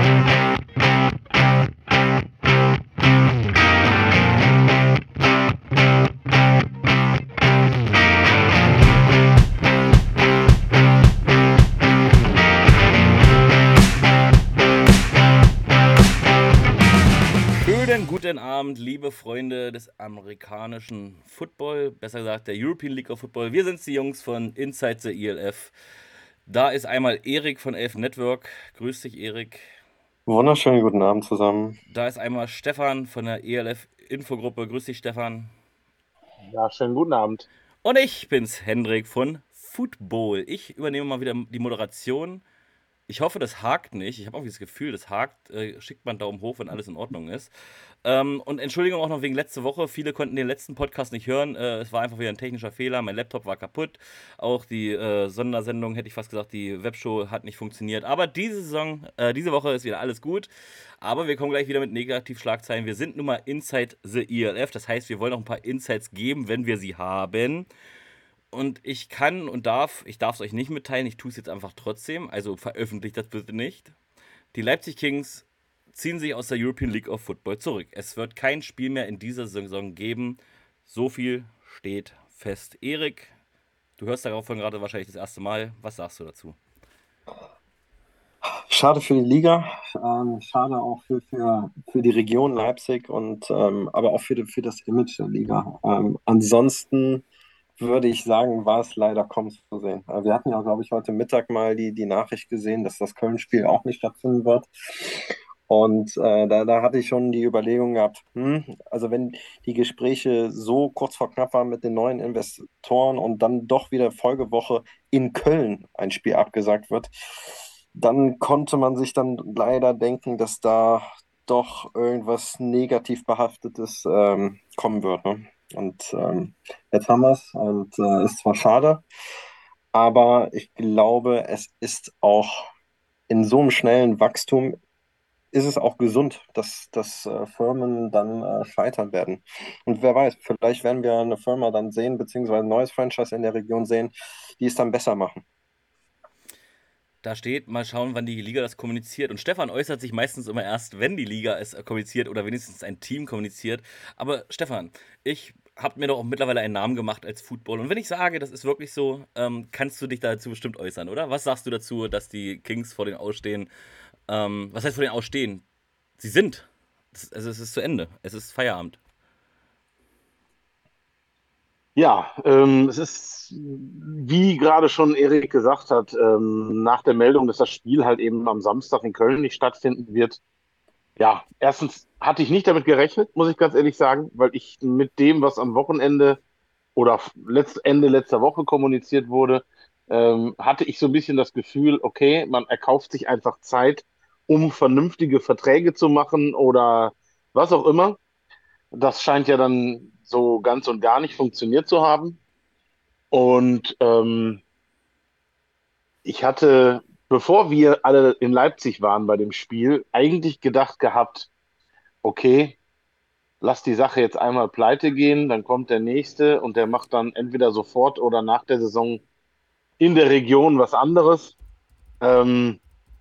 Guten Abend, liebe Freunde des amerikanischen Football, besser gesagt der European League of Football. Wir sind die Jungs von Inside the ELF. Da ist einmal Erik von Elf Network. Grüß dich, Erik. Wunderschönen guten Abend zusammen. Da ist einmal Stefan von der ELF Infogruppe. Grüß dich, Stefan. Ja, schönen guten Abend. Und ich bin's, Hendrik von Football. Ich übernehme mal wieder die Moderation. Ich hoffe, das hakt nicht. Ich habe irgendwie das Gefühl, das hakt. Schickt mal einen Daumen hoch, wenn alles in Ordnung ist. Und Entschuldigung auch noch wegen letzte Woche. Viele konnten den letzten Podcast nicht hören. Es war einfach wieder ein technischer Fehler. Mein Laptop war kaputt. Auch die Sondersendung, hätte ich fast gesagt, die Webshow hat nicht funktioniert. Aber diese Woche ist wieder alles gut. Aber wir kommen gleich wieder mit Negativschlagzeilen. Wir sind nun mal Inside the ELF. Das heißt, wir wollen noch ein paar Insights geben, wenn wir sie haben. Und ich kann und darf, ich darf es euch nicht mitteilen, ich tue es jetzt einfach trotzdem, also veröffentlicht das bitte nicht. Die Leipzig Kings ziehen sich aus der European League of Football zurück. Es wird kein Spiel mehr in dieser Saison geben. So viel steht fest. Erik, du hörst davon gerade wahrscheinlich das erste Mal. Was sagst du dazu? Schade für die Liga, schade auch für die Region Leipzig und aber auch für das Image der Liga. Ansonsten würde ich sagen, war es leider kaum zu sehen. Wir hatten ja, glaube ich, heute Mittag mal die Nachricht gesehen, dass das Köln-Spiel auch nicht stattfinden wird. Und da hatte ich schon die Überlegung gehabt, also wenn die Gespräche so kurz vor knapp waren mit den neuen Investoren und dann doch wieder Folgewoche in Köln ein Spiel abgesagt wird, dann konnte man sich dann leider denken, dass da doch irgendwas negativ behaftetes kommen wird. Ne? Und jetzt haben wir es und ist zwar schade, aber ich glaube, es ist auch in so einem schnellen Wachstum ist es auch gesund, dass Firmen dann scheitern werden. Und wer weiß, vielleicht werden wir eine Firma dann sehen, beziehungsweise ein neues Franchise in der Region sehen, die es dann besser machen. Da steht, mal schauen, wann die Liga das kommuniziert. Und Stefan äußert sich meistens immer erst, wenn die Liga es kommuniziert oder wenigstens ein Team kommuniziert. Aber Stefan, ich habe mir doch auch mittlerweile einen Namen gemacht als Football. Und wenn ich sage, das ist wirklich so, kannst du dich dazu bestimmt äußern, oder? Was sagst du dazu, dass die Kings vor den Ausstehen, was heißt vor den Ausstehen? Sie sind. Also es ist zu Ende. Es ist Feierabend. Ja, es ist, wie gerade schon Erik gesagt hat, nach der Meldung, dass das Spiel halt eben am Samstag in Köln nicht stattfinden wird. Ja, erstens hatte ich nicht damit gerechnet, muss ich ganz ehrlich sagen, weil ich mit dem, was am Wochenende oder Ende letzter Woche kommuniziert wurde, hatte ich so ein bisschen das Gefühl, okay, man erkauft sich einfach Zeit, um vernünftige Verträge zu machen oder was auch immer. Das scheint ja dann so ganz und gar nicht funktioniert zu haben. Und ich hatte, bevor wir alle in Leipzig waren bei dem Spiel, eigentlich gedacht gehabt, okay, lass die Sache jetzt einmal pleite gehen, dann kommt der nächste und der macht dann entweder sofort oder nach der Saison in der Region was anderes. Ähm,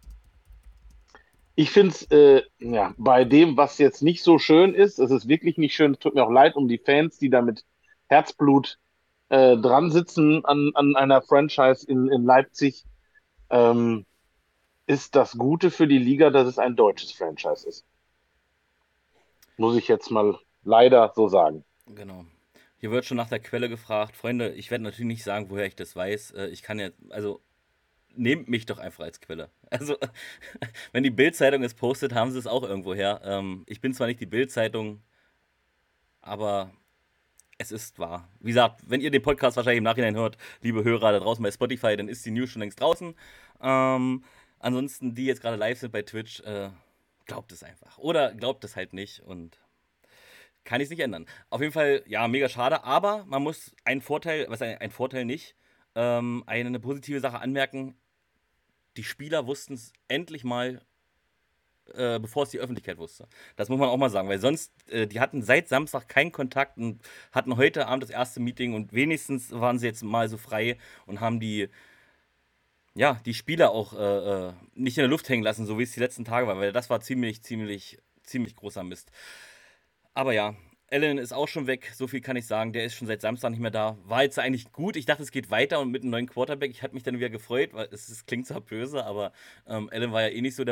Ich finde es ja, bei dem, was jetzt nicht so schön ist, es ist wirklich nicht schön, es tut mir auch leid um die Fans, die da mit Herzblut dran sitzen an einer Franchise in Leipzig, ähm, ist das Gute für die Liga, dass es ein deutsches Franchise ist. Muss ich jetzt mal leider so sagen. Genau. Hier wird schon nach der Quelle gefragt. Freunde, ich werde natürlich nicht sagen, woher ich das weiß. Ich kann ja, also nehmt mich doch einfach als Quelle. Also, wenn die Bild-Zeitung es postet, haben sie es auch irgendwo her. Ich bin zwar nicht die Bild-Zeitung, aber es ist wahr. Wie gesagt, wenn ihr den Podcast wahrscheinlich im Nachhinein hört, liebe Hörer da draußen bei Spotify, dann ist die News schon längst draußen. Ansonsten, die jetzt gerade live sind bei Twitch, glaubt es einfach. Oder glaubt es halt nicht und kann ich es nicht ändern. Auf jeden Fall, ja, mega schade, aber man muss einen Vorteil, was ein Vorteil nicht, eine positive Sache anmerken. Die Spieler wussten es endlich mal, bevor es die Öffentlichkeit wusste. Das muss man auch mal sagen, weil sonst, die hatten seit Samstag keinen Kontakt und hatten heute Abend das erste Meeting und wenigstens waren sie jetzt mal so frei und haben die ja, die Spieler auch nicht in der Luft hängen lassen, so wie es die letzten Tage war, weil das war ziemlich großer Mist. Aber ja, Allen ist auch schon weg, so viel kann ich sagen. Der ist schon seit Samstag nicht mehr da. War jetzt eigentlich gut. Ich dachte, es geht weiter und mit einem neuen Quarterback. Ich hatte mich dann wieder gefreut, weil es klingt zwar böse, aber Allen war ja eh nicht so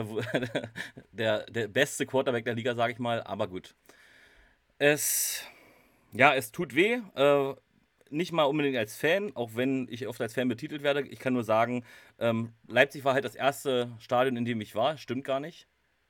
der beste Quarterback der Liga, sage ich mal. Aber gut. Es, ja, es tut weh. Nicht mal unbedingt als Fan, auch wenn ich oft als Fan betitelt werde. Ich kann nur sagen, Leipzig war halt das erste Stadion, in dem ich war. Stimmt gar nicht.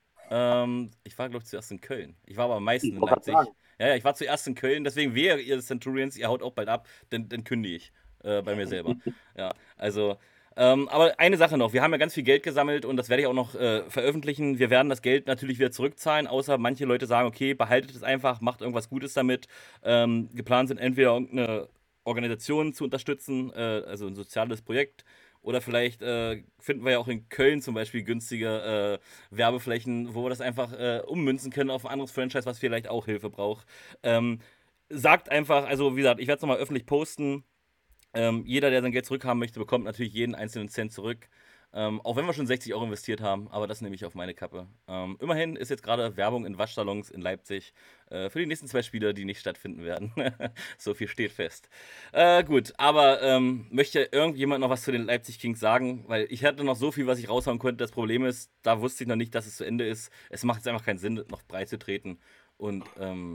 Ich war, glaube ich, zuerst in Köln. Ich war aber am meisten Ich in wollte gerade Leipzig. sagen, Ja, ja, ich war zuerst in Köln, deswegen wehe ihr Centurions, ihr haut auch bald ab, dann kündige ich bei mir selber. Ja, also, aber eine Sache noch, wir haben ja ganz viel Geld gesammelt und das werde ich auch noch veröffentlichen. Wir werden das Geld natürlich wieder zurückzahlen, außer manche Leute sagen, okay, behaltet es einfach, macht irgendwas Gutes damit. Geplant sind entweder irgendeine Organisation zu unterstützen, also ein soziales Projekt, oder vielleicht finden wir ja auch in Köln zum Beispiel günstige Werbeflächen, wo wir das einfach ummünzen können auf ein anderes Franchise, was vielleicht auch Hilfe braucht. Ähm, sagt einfach, also wie gesagt, ich werde es nochmal öffentlich posten. Jeder, der sein Geld zurückhaben möchte, bekommt natürlich jeden einzelnen Cent zurück. Auch wenn wir schon 60 Euro investiert haben, aber das nehme ich auf meine Kappe. Immerhin ist jetzt gerade Werbung in Waschsalons in Leipzig für die nächsten 2 Spiele, die nicht stattfinden werden. So viel steht fest. Gut, aber möchte irgendjemand noch was zu den Leipzig Kings sagen? Weil ich hatte noch so viel, was ich raushauen konnte. Das Problem ist, da wusste ich noch nicht, dass es zu Ende ist. Es macht jetzt einfach keinen Sinn, noch breit zu treten. Und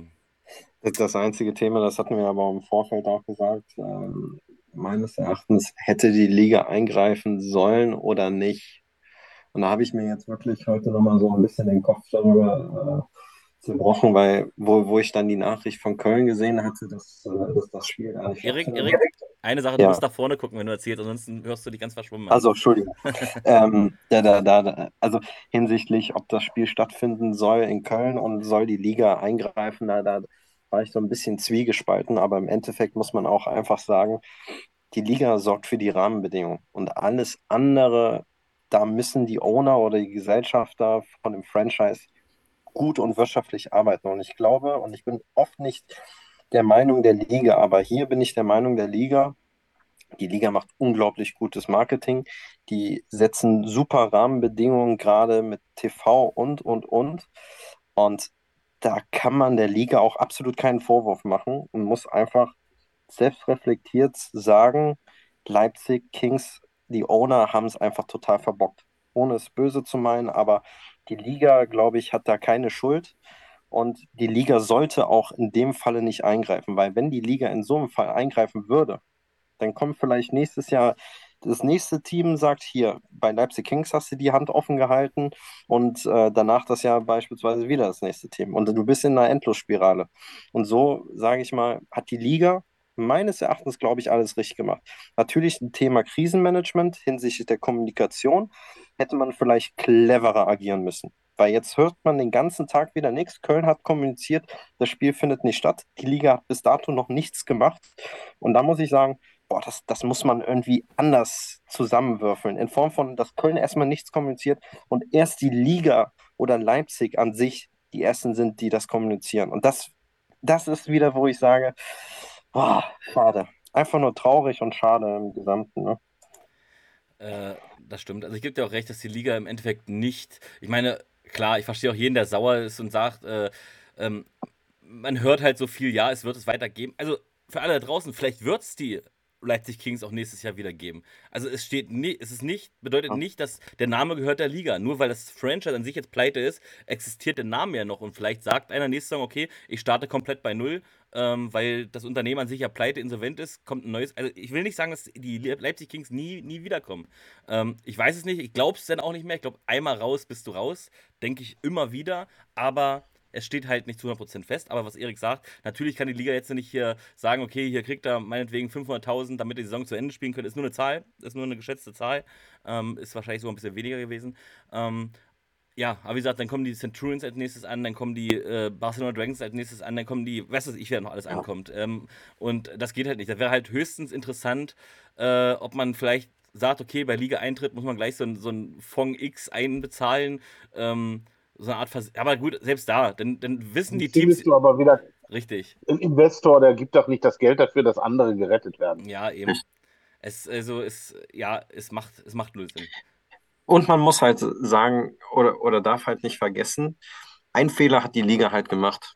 Das einzige Thema, das hatten wir aber im Vorfeld auch gesagt, meines Erachtens hätte die Liga eingreifen sollen oder nicht. Und da habe ich mir jetzt wirklich heute nochmal so ein bisschen den Kopf darüber zerbrochen, weil wo ich dann die Nachricht von Köln gesehen hatte, dass das Spiel gar nicht stattfindet. Erik, eine Sache, du Ja, musst nach vorne gucken, wenn du erzählst, ansonsten hörst du dich ganz verschwommen an. also Entschuldigung. Also hinsichtlich, ob das Spiel stattfinden soll in Köln und soll die Liga eingreifen, da war ich so ein bisschen zwiegespalten, aber im Endeffekt muss man auch einfach sagen, die Liga sorgt für die Rahmenbedingungen und alles andere, da müssen die Owner oder die Gesellschafter von dem Franchise gut und wirtschaftlich arbeiten. Und ich glaube, und ich bin oft nicht der Meinung der Liga, aber hier bin ich der Meinung der Liga. Die Liga macht unglaublich gutes Marketing. Die setzen super Rahmenbedingungen, gerade mit TV und. Und da kann man der Liga auch absolut keinen Vorwurf machen und muss einfach selbstreflektiert sagen, Leipzig Kings, die Owner haben es einfach total verbockt. Ohne es böse zu meinen, aber die Liga, glaube ich, hat da keine Schuld. Und die Liga sollte auch in dem Falle nicht eingreifen, weil wenn die Liga in so einem Fall eingreifen würde, dann kommt vielleicht nächstes Jahr das nächste Team, sagt hier, bei Leipzig Kings hast du die Hand offen gehalten und danach das Jahr beispielsweise wieder das nächste Team. Und du bist in einer Endlosspirale. Und so, sage ich mal, hat die Liga meines Erachtens, glaube ich, alles richtig gemacht. Natürlich ein Thema Krisenmanagement hinsichtlich der Kommunikation hätte man vielleicht cleverer agieren müssen. Weil jetzt hört man den ganzen Tag wieder nichts. Köln hat kommuniziert, das Spiel findet nicht statt. Die Liga hat bis dato noch nichts gemacht. Und da muss ich sagen, boah, das muss man irgendwie anders zusammenwürfeln. In Form von, dass Köln erstmal nichts kommuniziert und erst die Liga oder Leipzig an sich die ersten sind, die das kommunizieren. Und das ist wieder, wo ich sage, boah, schade. Einfach nur traurig und schade im Gesamten. Ne? Das stimmt. Also ich gebe dir auch recht, dass die Liga im Endeffekt nicht. Ich meine, klar, ich verstehe auch jeden, der sauer ist und sagt, ähm, man hört halt so viel, ja, es wird es weitergeben. Also für alle da draußen, vielleicht wird es die Leipzig Kings auch nächstes Jahr wieder geben. Also es steht nie, es ist nicht, bedeutet nicht, dass der Name gehört der Liga. Nur weil das Franchise an sich jetzt pleite ist, existiert der Name ja noch. Und vielleicht sagt einer nächstes Jahr, okay, ich starte komplett bei Null, weil das Unternehmen an sich ja pleite, insolvent ist, kommt ein neues. Also ich will nicht sagen, dass die Leipzig Kings nie wiederkommen. Ich weiß es nicht, ich glaube es dann auch nicht mehr. Ich glaube, einmal raus bist du raus, denke ich immer wieder. Aber es steht halt nicht zu 100% fest, aber was Erik sagt, natürlich kann die Liga jetzt nicht hier sagen, okay, hier kriegt er meinetwegen 500.000, damit die Saison zu Ende spielen könnte. Ist nur eine Zahl, ist nur eine geschätzte Zahl. Ist wahrscheinlich sogar ein bisschen weniger gewesen. Ähm, ja, aber wie gesagt, dann kommen die Centurions als nächstes an, dann kommen die Barcelona Dragons als nächstes an, dann kommen die, weißt du, ich wer noch alles Ja. ankommt. Und das geht halt nicht. Das wäre halt höchstens interessant, ob man vielleicht sagt, okay, bei Liga-Eintritt muss man gleich so ein Fonds X einbezahlen. So eine Art aber gut, selbst da, dann wissen dann die Teams, findest du aber wieder richtig, einen Investor, der gibt doch nicht das Geld dafür, dass andere gerettet werden. ja, eben. Es macht null Sinn. Und man muss halt sagen, oder darf halt nicht vergessen, ein Fehler hat die Liga halt gemacht.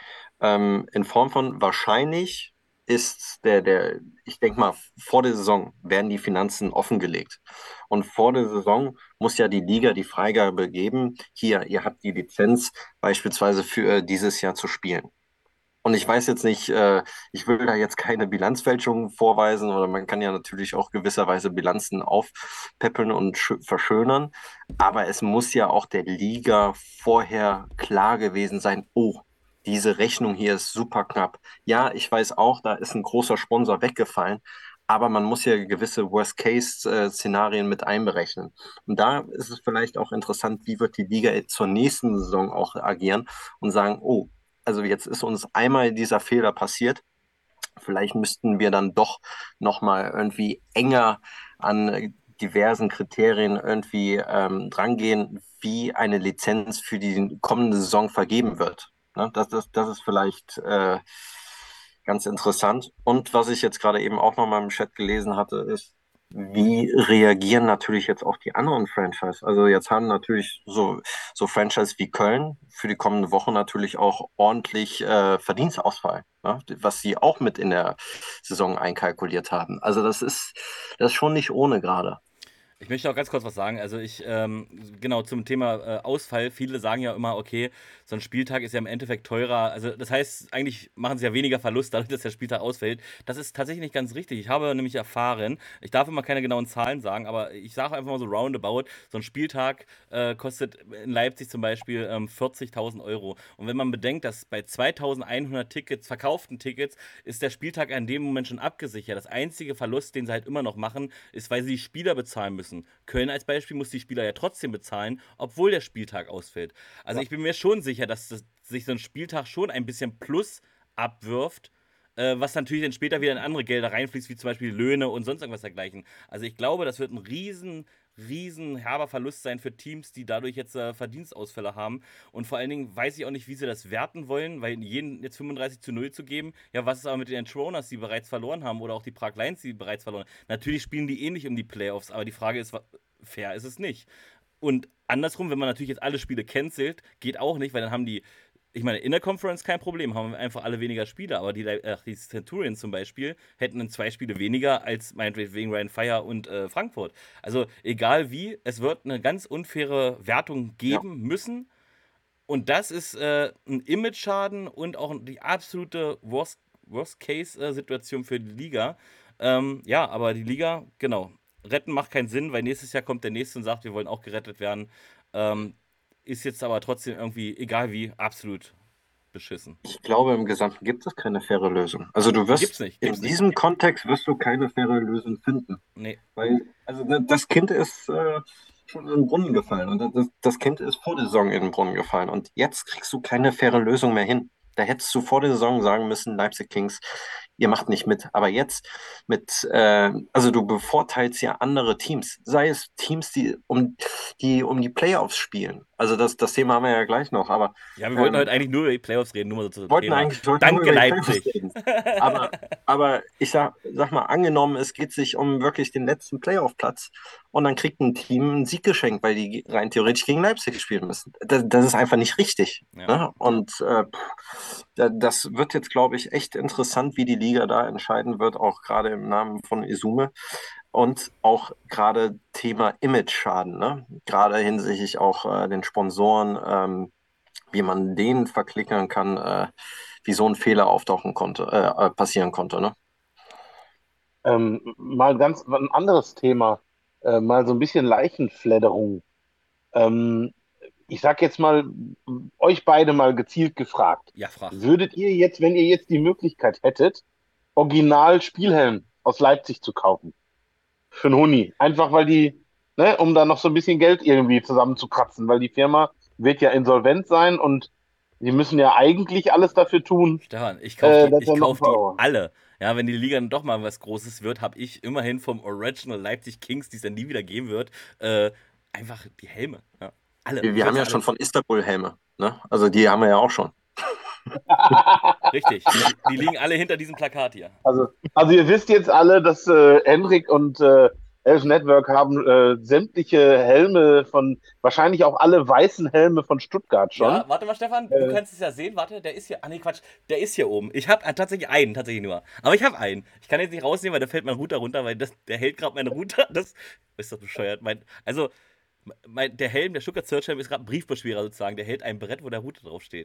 In Form von wahrscheinlich ist ich denke mal, vor der Saison werden die Finanzen offengelegt. Und vor der Saison muss ja die Liga die Freigabe geben, hier, ihr habt die Lizenz beispielsweise für dieses Jahr zu spielen. Und ich weiß jetzt nicht, ich will da jetzt keine Bilanzfälschung vorweisen oder man kann ja natürlich auch gewisserweise Bilanzen aufpeppeln und verschönern. Aber es muss ja auch der Liga vorher klar gewesen sein, oh, diese Rechnung hier ist super knapp. Ja, ich weiß auch, da ist ein großer Sponsor weggefallen, aber man muss ja gewisse Worst-Case-Szenarien mit einberechnen. Und da ist es vielleicht auch interessant, wie wird die Liga zur nächsten Saison auch agieren und sagen, oh, also jetzt ist uns einmal dieser Fehler passiert. Vielleicht müssten wir dann doch nochmal irgendwie enger an diversen Kriterien irgendwie drangehen, wie eine Lizenz für die kommende Saison vergeben wird. Ne? Das ist vielleicht ganz interessant. Und was ich jetzt gerade eben auch nochmal im Chat gelesen hatte, ist, wie reagieren natürlich jetzt auch die anderen Franchise? Also jetzt haben natürlich so Franchise wie Köln für die kommende Woche natürlich auch ordentlich Verdienstausfall, ne? Was sie auch mit in der Saison einkalkuliert haben. Also das ist schon nicht ohne gerade. Ich möchte auch ganz kurz was sagen. Also genau zum Thema Ausfall. Viele sagen ja immer, okay, so ein Spieltag ist ja im Endeffekt teurer. Also das heißt, eigentlich machen sie ja weniger Verlust, dadurch, dass der Spieltag ausfällt. Das ist tatsächlich nicht ganz richtig. Ich habe nämlich erfahren, ich darf immer keine genauen Zahlen sagen, aber ich sage einfach mal so roundabout, so ein Spieltag kostet in Leipzig zum Beispiel 40.000 Euro. Und wenn man bedenkt, dass bei 2.100 Tickets, verkauften Tickets, ist der Spieltag in dem Moment schon abgesichert. Das einzige Verlust, den sie halt immer noch machen, ist, weil sie die Spieler bezahlen müssen. Köln als Beispiel muss die Spieler ja trotzdem bezahlen, obwohl der Spieltag ausfällt. Also Ja. ich bin mir schon sicher, dass sich so ein Spieltag schon ein bisschen Plus abwirft, was natürlich dann später wieder in andere Gelder reinfließt, wie zum Beispiel Löhne und sonst irgendwas dergleichen. Also ich glaube, das wird ein riesen herber Verlust sein für Teams, die dadurch jetzt Verdienstausfälle haben. Und vor allen Dingen weiß ich auch nicht, wie sie das werten wollen, weil jeden jetzt 35-0 zu geben, ja, was ist aber mit den Entroners, die bereits verloren haben, oder auch die Prag Lions, die bereits verloren haben. Natürlich spielen die ähnlich um die Playoffs, aber die Frage ist, fair ist es nicht. Und andersrum, wenn man natürlich jetzt alle Spiele cancelt, geht auch nicht, weil dann haben die, ich meine, in der Conference kein Problem, haben einfach alle weniger Spiele, aber die Centurions zum Beispiel hätten dann 2 Spiele weniger als meinetwegen Ryan Fire und Frankfurt. Also egal wie, es wird eine ganz unfaire Wertung Ja. geben müssen und das ist ein Image-Schaden und auch die absolute Worst-Case-Situation für die Liga. Ja, aber die Liga, genau, retten macht keinen Sinn, weil nächstes Jahr kommt der Nächste und sagt, wir wollen auch gerettet werden. Ähm, ist jetzt aber trotzdem irgendwie, egal wie, absolut beschissen. Ich glaube, im Gesamten gibt es keine faire Lösung. Also du Gibt's wirst nicht, in gibt's nicht. diesem Kontext wirst du keine faire Lösung finden. Nee. Weil, also das Kind ist schon in den Brunnen gefallen und das Kind ist vor der Saison in den Brunnen gefallen und jetzt kriegst du keine faire Lösung mehr hin. Da hättest du vor der Saison sagen müssen, Leipzig Kings, ihr macht nicht mit. Aber jetzt also du bevorteilst ja andere Teams, sei es Teams, die um die Playoffs spielen. Also das Thema haben wir ja gleich noch, aber Ja, wir wollten ähm, heute eigentlich nur über die Playoffs reden, nur mal so zum wollten Thema. eigentlich heute nur Danke, über die Playoffs Leipzig. reden. Aber ich sag mal, angenommen, es geht sich um wirklich den letzten Playoff-Platz und dann kriegt ein Team einen Sieg geschenkt, weil die rein theoretisch gegen Leipzig spielen müssen. Das ist einfach nicht richtig. Ja. Ne? Und das wird jetzt, glaube ich, echt interessant, wie die Liga da entscheiden wird, auch gerade im Namen von Izume. Und auch gerade Thema Image-Schaden, ne? Gerade hinsichtlich auch den Sponsoren. Wie man den verklickern kann, wie so ein Fehler auftauchen konnte, passieren konnte, ne? Mal ganz ein anderes Thema, mal so ein bisschen Leichenfledderung. Ähm, Ich sag jetzt mal, euch beide mal gezielt gefragt. Ja, frag. Würdet ihr jetzt, wenn ihr jetzt die Möglichkeit hättet, Original Spielhelm aus Leipzig zu kaufen? Für einen Huni. Einfach weil die, ne, um da noch so ein bisschen Geld irgendwie zusammenzukratzen, weil die Firma wird ja insolvent sein und die müssen ja eigentlich alles dafür tun, Stefan, dass ich er noch ein kauf paar die Euro. alle. Ja, wenn die Liga dann doch mal was Großes wird, habe ich immerhin vom Original Leipzig Kings, die es dann nie wieder geben wird, einfach die Helme. Ja. Alle. Wir Ich will haben sie ja alle. schon von Istanbul Helme, ne? Also die haben wir ja auch schon. Richtig. Die liegen alle hinter diesem Plakat hier. Also ihr wisst jetzt alle, dass Hendrik und Elf Network haben sämtliche Helme von, wahrscheinlich auch alle weißen Helme von Stuttgart schon. Ja, warte mal, Stefan, du Äh, kannst es ja sehen. Warte, der ist hier. Ah, nee, Quatsch. Der ist hier oben. Ich habe tatsächlich einen, tatsächlich nur. Aber ich habe einen. Ich kann jetzt nicht rausnehmen, weil da fällt mein Router runter, weil der hält gerade meine Router. Das ist doch bescheuert. Der Helm, der Stuttgart Search-Helm ist gerade ein Briefbeschwerer sozusagen. Der hält ein Brett, wo der Router draufsteht.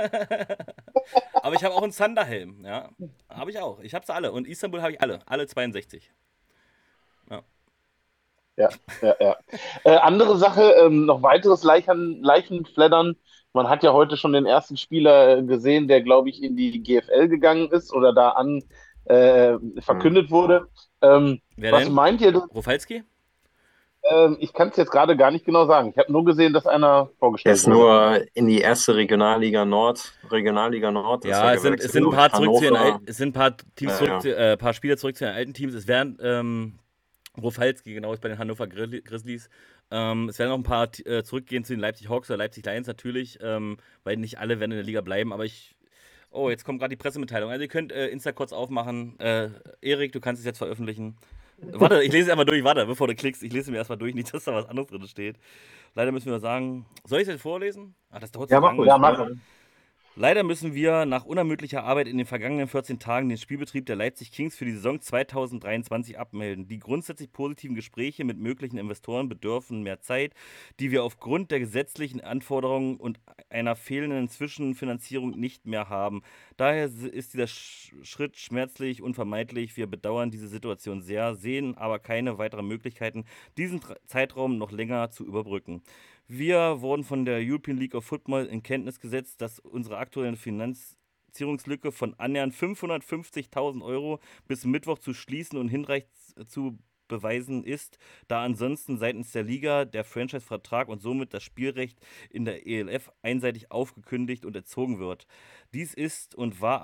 Aber ich habe auch einen Thunder-Helm. Ja, habe ich auch. Ich habe sie alle. Und Istanbul habe ich alle. Alle 62. Ja. ja, ja. Andere Sache, noch weiteres Leichenfleddern. Man hat ja heute schon den ersten Spieler gesehen, der, glaube ich, in die GFL gegangen ist oder da verkündet wurde. Wer Was denn? meint ihr? Rofalski? Ich kann es jetzt gerade gar nicht genau sagen. Ich habe nur gesehen, dass einer Er vorgestellt ist wurde. nur in die erste Regionalliga Nord ist Ja, er es sind gewechselt, ein glaube ich, paar zurück zu ihren Hannover. es sind ein paar Teams Ja, ja. paar Spieler zurück zu ihren alten Teams. Es werden Rofalski, genau, ist bei den Hannover Grizzlies. Es werden noch ein paar zurückgehen zu den Leipzig Hawks oder Leipzig Lions natürlich, weil nicht alle werden in der Liga bleiben, aber oh, jetzt kommt gerade die Pressemitteilung. Also ihr könnt Insta kurz aufmachen. Erik, du kannst es jetzt veröffentlichen. Warte, ich lese erstmal durch, warte, bevor du klickst. Ich lese mir erstmal durch, nicht, dass da was anderes drin steht. Leider müssen wir sagen. Soll ich es jetzt vorlesen? Ah, das dauert zu Ja, mach lange. ruhig. Ja, mach. Leider müssen wir nach unermüdlicher Arbeit in den vergangenen 14 Tagen den Spielbetrieb der Leipzig Kings für die Saison 2023 abmelden. Die grundsätzlich positiven Gespräche mit möglichen Investoren bedürfen mehr Zeit, die wir aufgrund der gesetzlichen Anforderungen und einer fehlenden Zwischenfinanzierung nicht mehr haben. Daher ist dieser Schritt schmerzlich unvermeidlich. Wir bedauern diese Situation sehr, sehen aber keine weiteren Möglichkeiten, diesen Zeitraum noch länger zu überbrücken. Wir wurden von der European League of Football in Kenntnis gesetzt, dass unsere aktuelle Finanzierungslücke von annähernd 550.000 Euro bis Mittwoch zu schließen und hinreichend zu beweisen ist, da ansonsten seitens der Liga der Franchise-Vertrag und somit das Spielrecht in der ELF einseitig aufgekündigt und entzogen wird. Dies ist und war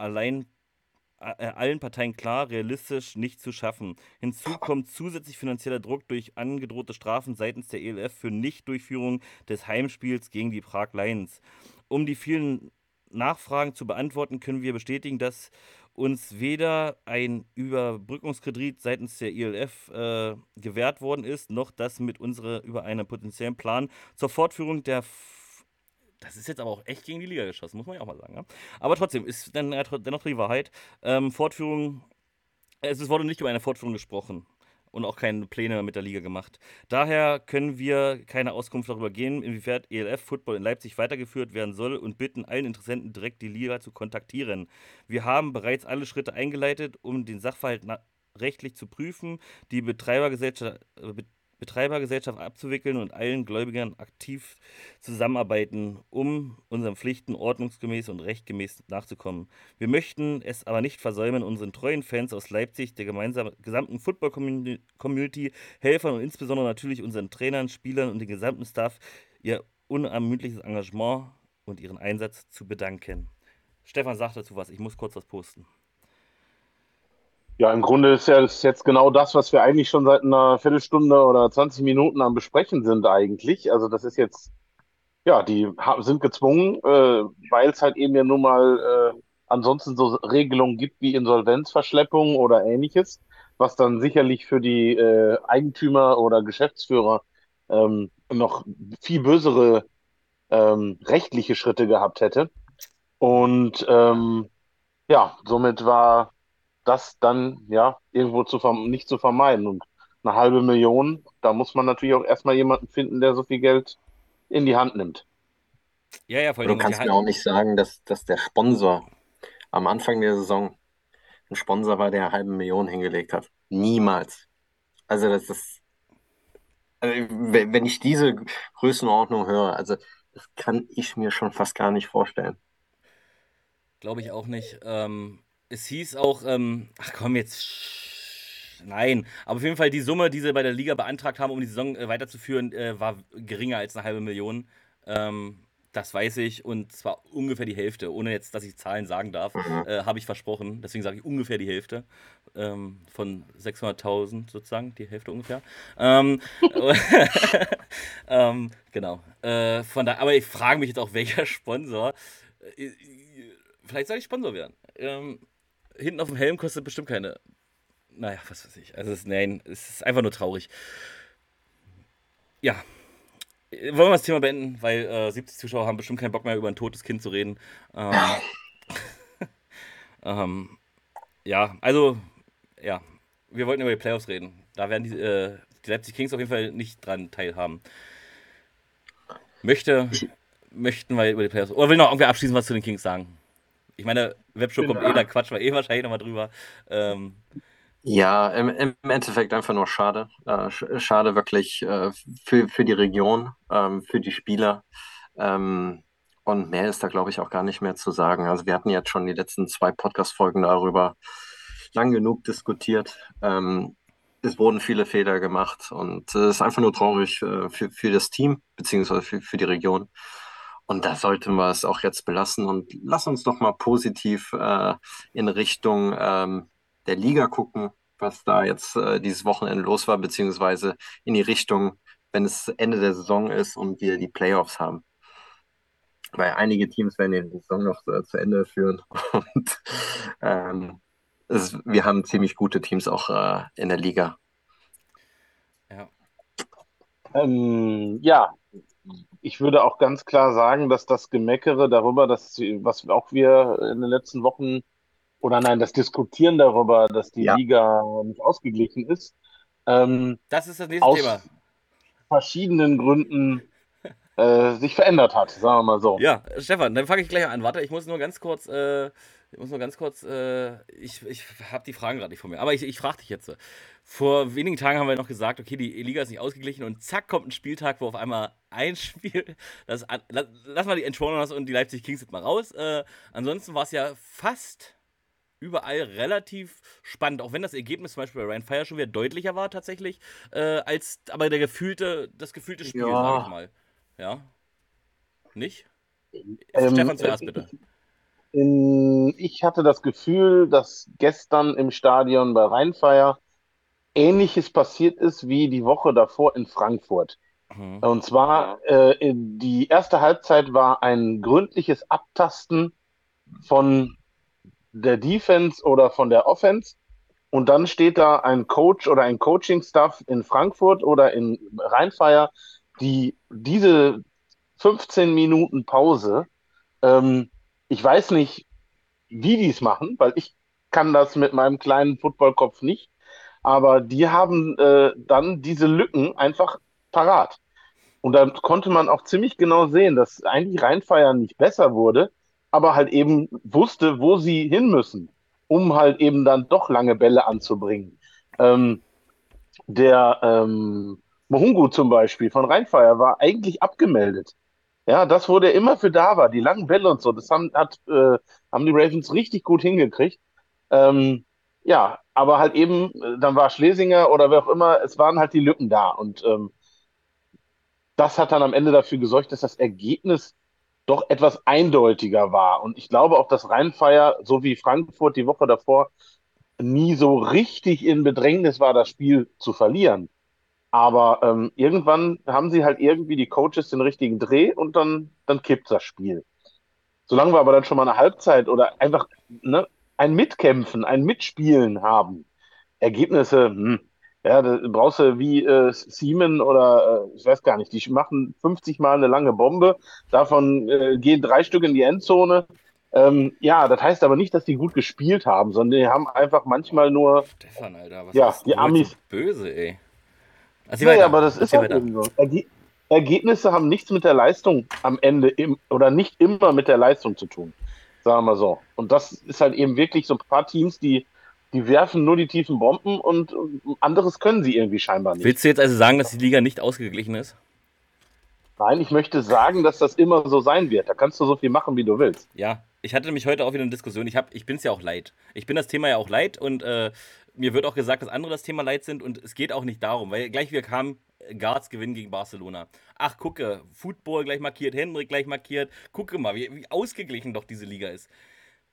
allen Parteien klar, realistisch nicht zu schaffen. Hinzu kommt zusätzlich finanzieller Druck durch angedrohte Strafen seitens der ELF für Nichtdurchführung des Heimspiels gegen die Prag Lions. Um die vielen Nachfragen zu beantworten, können wir bestätigen, dass uns weder ein Überbrückungskredit seitens der ELF gewährt worden ist, noch dass mit unserer über einen potenziellen Plan zur Fortführung das ist jetzt aber auch echt gegen die Liga geschossen, muss man ja auch mal sagen. Ja? Aber trotzdem ist dann dennoch die Wahrheit. Fortführung, es wurde nicht über eine Fortführung gesprochen und auch keine Pläne mit der Liga gemacht. Daher können wir keine Auskunft darüber geben, inwiefern ELF-Football in Leipzig weitergeführt werden soll und bitten allen Interessenten direkt die Liga zu kontaktieren. Wir haben bereits alle Schritte eingeleitet, um den Sachverhalt rechtlich zu prüfen, die Betreibergesellschaft abzuwickeln und allen Gläubigern aktiv zusammenarbeiten, um unseren Pflichten ordnungsgemäß und rechtgemäß nachzukommen. Wir möchten es aber nicht versäumen, unseren treuen Fans aus Leipzig, der gesamten Football-Community, Helfern und insbesondere natürlich unseren Trainern, Spielern und dem gesamten Staff ihr unermüdliches Engagement und ihren Einsatz zu bedanken. Stefan sagt dazu was, ich muss kurz was posten. Ja, im Grunde ist ja das jetzt genau das, was wir eigentlich schon seit einer Viertelstunde oder 20 Minuten am Besprechen sind eigentlich. Also das ist jetzt, ja, sind gezwungen, weil es halt eben ja nun mal ansonsten so Regelungen gibt wie Insolvenzverschleppung oder ähnliches, was dann sicherlich für die Eigentümer oder Geschäftsführer noch viel bösere rechtliche Schritte gehabt hätte. Und ja, somit war das dann ja irgendwo nicht zu vermeiden. Und eine halbe Million, da muss man natürlich auch erstmal jemanden finden, der so viel Geld in die Hand nimmt. Ja, ja, vor allen Du Dingen, und kannst mir auch nicht sagen, dass der Sponsor am Anfang der Saison ein Sponsor war, der 500.000 hingelegt hat. Niemals. Also wenn ich diese Größenordnung höre, also das kann ich mir schon fast gar nicht vorstellen. glaube ich auch nicht. Es hieß auch, ach komm, nein, aber auf jeden Fall die Summe, die sie bei der Liga beantragt haben, um die Saison weiterzuführen, war geringer als eine halbe Million. Das weiß ich und zwar ungefähr die Hälfte, ohne jetzt, dass ich Zahlen sagen darf, Mhm. habe ich versprochen. Deswegen sage ich ungefähr die Hälfte von 600.000 sozusagen, die Hälfte ungefähr. Genau. Aber ich frage mich jetzt auch, welcher Sponsor. Vielleicht soll ich Sponsor werden. Hinten auf dem Helm kostet bestimmt keine. Naja, was weiß ich. Also, nein, es ist einfach nur traurig. Ja, wollen wir das Thema beenden, weil 70 Zuschauer haben bestimmt keinen Bock mehr über ein totes Kind zu reden. Ähm, ja, also, ja, wir wollten über die Playoffs reden. Da werden die Leipzig Kings auf jeden Fall nicht dran teilhaben. Möchten wir über die Playoffs. Oder will noch irgendwie abschließend was zu den Kings sagen? Ich meine, Webshow kommt da quatschen wir wahrscheinlich nochmal drüber. Ja, im Endeffekt einfach nur schade. Schade wirklich für die Region, für die Spieler. Und mehr ist da, glaube ich, auch gar nicht mehr zu sagen. Also wir hatten jetzt schon die letzten 2 Podcast-Folgen darüber lang genug diskutiert. Es wurden viele Fehler gemacht und es ist einfach nur traurig für das Team, beziehungsweise für die Region. Und da sollten wir es auch jetzt belassen und lass uns doch mal positiv in Richtung der Liga gucken, was da jetzt dieses Wochenende los war, beziehungsweise in die Richtung, wenn es Ende der Saison ist und wir die Playoffs haben. Weil einige Teams werden die Saison noch zu Ende führen und wir haben ziemlich gute Teams auch in der Liga. Ja. Ja, ich würde auch ganz klar sagen, dass das Gemeckere darüber, was auch wir in den letzten Wochen, oder nein, das Diskutieren darüber, dass die Ja, Liga nicht ausgeglichen ist, Das ist das nächste Thema. aus verschiedenen Gründen sich verändert hat, sagen wir mal so. Ja, Stefan, dann fange ich gleich an. Warte, ich muss nur ganz kurz, ich habe die Fragen gerade nicht von mir, aber ich frage dich jetzt. Vor wenigen Tagen haben wir noch gesagt, okay, die Liga ist nicht ausgeglichen und zack, kommt ein Spieltag, wo auf einmal ein Spiel, lass mal die Entschwoners und die Leipzig Kings jetzt mal raus. Ansonsten war es ja fast überall relativ spannend, auch wenn das Ergebnis zum Beispiel bei Ryan Fire schon wieder deutlicher war tatsächlich, als aber das gefühlte Spiel, sage ich ja, mal. Ja, nicht? Ähm, Stefan zuerst bitte. ich hatte das Gefühl, dass gestern im Stadion bei Rheinfeier Ähnliches passiert ist wie die Woche davor in Frankfurt. Mhm. Und zwar, die erste Halbzeit war ein gründliches Abtasten von der Defense oder von der Offense. Und dann steht da ein Coach oder ein Coaching-Staff in Frankfurt oder in Rheinfeier, die diese 15 Minuten Pause, ähm, ich weiß nicht, wie die es machen, weil ich kann das mit meinem kleinen Footballkopf nicht, aber die haben dann diese Lücken einfach parat. Und da konnte man auch ziemlich genau sehen, dass eigentlich Rheinfeier nicht besser wurde, aber halt eben wusste, wo sie hin müssen, um halt eben dann doch lange Bälle anzubringen. Ähm, der Mohungu zum Beispiel von Rheinfeier war eigentlich abgemeldet. Ja, das, wo der immer für da war, die langen Bälle und so, haben die Ravens richtig gut hingekriegt. Ähm, ja, aber halt eben, dann war Schlesinger oder wer auch immer, es waren halt die Lücken da. Und das hat dann am Ende dafür gesorgt, dass das Ergebnis doch etwas eindeutiger war. Und ich glaube auch, dass Rheinfeier, so wie Frankfurt die Woche davor, nie so richtig in Bedrängnis war, das Spiel zu verlieren. Aber irgendwann haben sie halt irgendwie die Coaches den richtigen Dreh und dann kippt das Spiel. Solange wir aber dann schon mal eine Halbzeit oder einfach ne, ein Mitkämpfen, ein Mitspielen haben, Ergebnisse, ja, da brauchst du wie Siemen oder ich weiß gar nicht, die machen 50 Mal eine lange Bombe, davon gehen 3 Stück in die Endzone. Ja, das heißt aber nicht, dass die gut gespielt haben, sondern die haben einfach manchmal nur, Stefan, Alter, was ja, bist die du heute so Amis. böse, ey? Erzähl Naja, weiter, aber das ist erzähl halt weiter. eben so. Ergebnisse haben nichts mit der Leistung am Ende oder nicht immer mit der Leistung zu tun. Sagen wir mal so. Und das ist halt eben wirklich so ein paar Teams, die werfen nur die tiefen Bomben und anderes können sie irgendwie scheinbar nicht. Willst du jetzt also sagen, dass die Liga nicht ausgeglichen ist? Nein, ich möchte sagen, dass das immer so sein wird. Da kannst du so viel machen, wie du willst. Ja, ich hatte nämlich heute auch wieder eine Diskussion. Ich bin es ja auch leid. Ich bin das Thema ja auch leid und mir wird auch gesagt, dass andere das Thema leid sind und es geht auch nicht darum, weil gleich wieder kam Guards Gewinn gegen Barcelona. Ach, gucke, Football gleich markiert, Hendrik gleich markiert. Gucke mal, wie ausgeglichen doch diese Liga ist.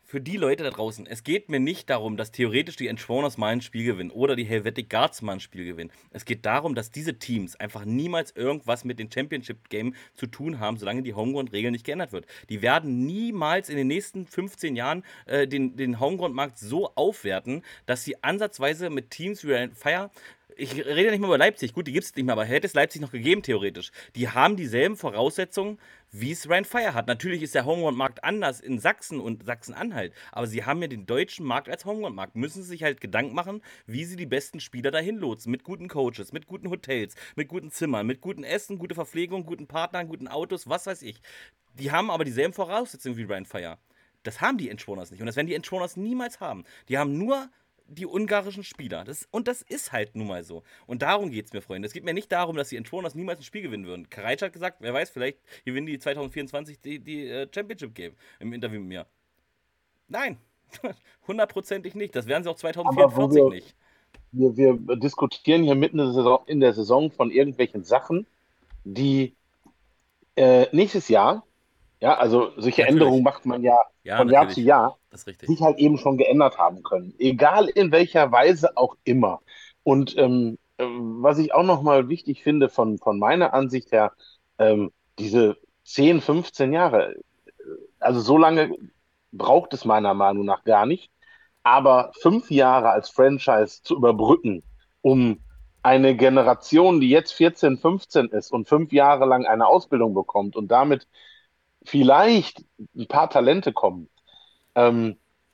für die Leute da draußen, es geht mir nicht darum, dass theoretisch die Entschwoners mal ein Spiel gewinnen oder die Helvetic Guards mal ein Spiel gewinnen. Es geht darum, dass diese Teams einfach niemals irgendwas mit den Championship-Game zu tun haben, solange die Homeground-Regel nicht geändert wird. Die werden niemals in den nächsten 15 Jahren den Homeground-Markt so aufwerten, dass sie ansatzweise mit Teams wie Rhein Fire, ich rede nicht mehr über Leipzig, gut, die gibt es nicht mehr, aber hätte es Leipzig noch gegeben, theoretisch. Die haben dieselben Voraussetzungen, wie es Rhein Fire hat. Natürlich ist der Homeground-Markt anders in Sachsen und Sachsen-Anhalt, aber sie haben ja den deutschen Markt als Homeground-Markt. Müssen sich halt Gedanken machen, wie sie die besten Spieler dahin lotsen. Mit guten Coaches, mit guten Hotels, mit guten Zimmern, mit gutem Essen, gute Verpflegung, guten Partnern, guten Autos, was weiß ich. Die haben aber dieselben Voraussetzungen wie Rhein Fire. Das haben die Entschwoners nicht und das werden die Entschwoners niemals haben. Die haben nur die ungarischen Spieler. Und das ist halt nun mal so. Und darum geht es mir, Freunde. Es geht mir nicht darum, dass die Entschwoners niemals ein Spiel gewinnen würden. Karaic hat gesagt, wer weiß, vielleicht gewinnen die 2024 die Championship Game im Interview mit mir. Nein, hundertprozentig nicht. Das werden sie auch Aber 2044 nicht. wir diskutieren hier mitten in der Saison von irgendwelchen Sachen, die nächstes Jahr, ja, also solche Natürlich. Änderungen macht man ja Ja, von Jahr natürlich. zu Jahr, Das ist richtig. sich halt eben schon geändert haben können. Egal in welcher Weise auch immer. Und was ich auch nochmal wichtig finde von meiner Ansicht her, diese 10, 15 Jahre, also so lange braucht es meiner Meinung nach gar nicht. Aber 5 Jahre als Franchise zu überbrücken, um eine Generation, die jetzt 14, 15 ist und 5 Jahre lang eine Ausbildung bekommt und damit vielleicht ein paar Talente kommen, ähm,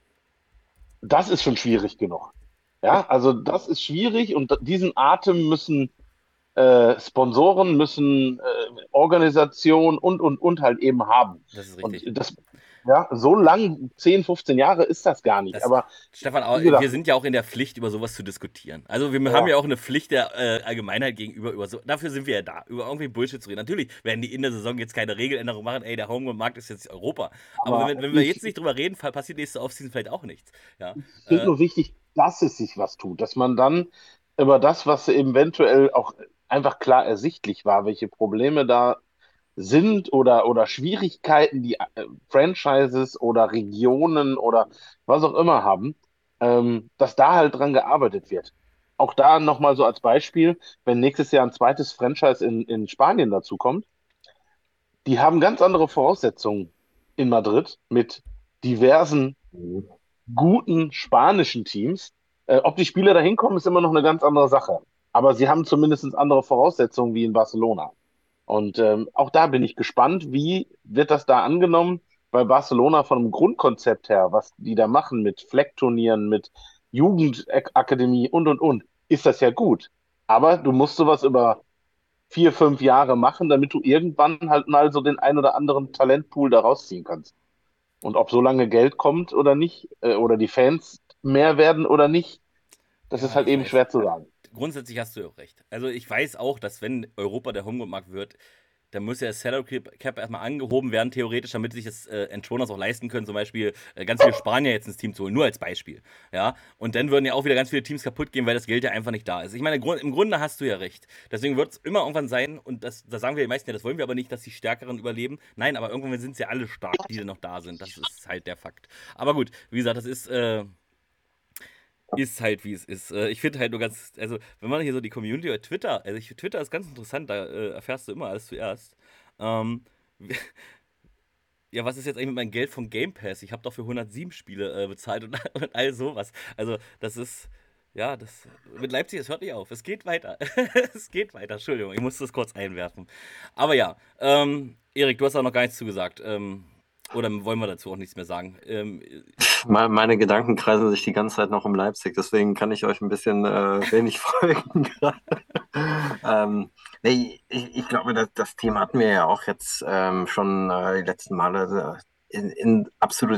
das ist schon schwierig genug. Ja, also das ist schwierig und diesen Atem müssen Sponsoren, müssen Organisationen und halt eben haben. Das ist Und richtig. das, ja, so lang, 10, 15 Jahre ist das gar nicht. Das, Aber Stefan, wie gesagt, wir sind ja auch in der Pflicht, über sowas zu diskutieren. Also wir haben ja, ja auch eine Pflicht der Allgemeinheit gegenüber, dafür sind wir ja da, über irgendwie Bullshit zu reden. Natürlich werden die in der Saison jetzt keine Regeländerung machen, ey, der Homegrown-Markt ist jetzt Europa. Aber aber wenn wir jetzt nicht drüber reden, passiert nächste Offseason vielleicht auch nichts. Ja, ich finde nur wichtig, dass es sich was tut, dass man dann über das, was eventuell auch einfach klar ersichtlich war, welche Probleme da sind oder Schwierigkeiten, die Franchises oder Regionen oder was auch immer haben, dass da halt dran gearbeitet wird. Auch da nochmal so als Beispiel, wenn nächstes Jahr ein zweites Franchise in Spanien dazukommt, die haben ganz andere Voraussetzungen in Madrid mit diversen guten spanischen Teams. Ob die Spieler da hinkommen, ist immer noch eine ganz andere Sache. Aber sie haben zumindest andere Voraussetzungen wie in Barcelona. Und auch da bin ich gespannt, wie wird das da angenommen, weil Barcelona von dem Grundkonzept her, was die da machen mit Fleckturnieren, mit Jugendakademie und, ist das ja gut. Aber du musst sowas über 4, 5 Jahre machen, damit du irgendwann halt mal so den ein oder anderen Talentpool da rausziehen kannst. Und ob so lange Geld kommt oder nicht, oder die Fans mehr werden oder nicht, das ist ja, halt ich eben weiß. schwer zu sagen. Grundsätzlich hast du ja auch recht. Also ich weiß auch, dass wenn Europa der Homegrown-Markt wird, dann muss ja das Salary Cap erstmal angehoben werden, theoretisch, damit sich das Entschwoners auch leisten können, zum Beispiel ganz viele Spanier jetzt ins Team zu holen, nur als Beispiel. Ja? Und dann würden ja auch wieder ganz viele Teams kaputt gehen, weil das Geld ja einfach nicht da ist. Ich meine, im Grunde hast du ja recht. Deswegen wird es immer irgendwann sein, und da sagen wir die meisten ja, das wollen wir aber nicht, dass die Stärkeren überleben. Nein, aber irgendwann sind sie ja alle stark, die noch da sind. Das ist halt der Fakt. Aber gut, wie gesagt, das ist halt, wie es ist. Ich finde halt nur ganz, also, wenn man hier so die Community oder Twitter, also Twitter ist ganz interessant, da erfährst du immer alles zuerst. Ähm, ja, was ist jetzt eigentlich mit meinem Geld vom Game Pass? Ich habe doch für 107 Spiele bezahlt und all sowas. Also, das ist, ja, das, mit Leipzig, es hört nicht auf. Es geht weiter. Es geht weiter, Entschuldigung, ich muss das kurz einwerfen. Aber ja, Erik, du hast auch noch gar nichts zugesagt. Oder wollen wir dazu auch nichts mehr sagen? Meine Gedanken kreisen sich die ganze Zeit noch um Leipzig, deswegen kann ich euch ein bisschen wenig folgen gerade. Nee, ich glaube, das Thema hatten wir ja auch jetzt schon die letzten Male absolut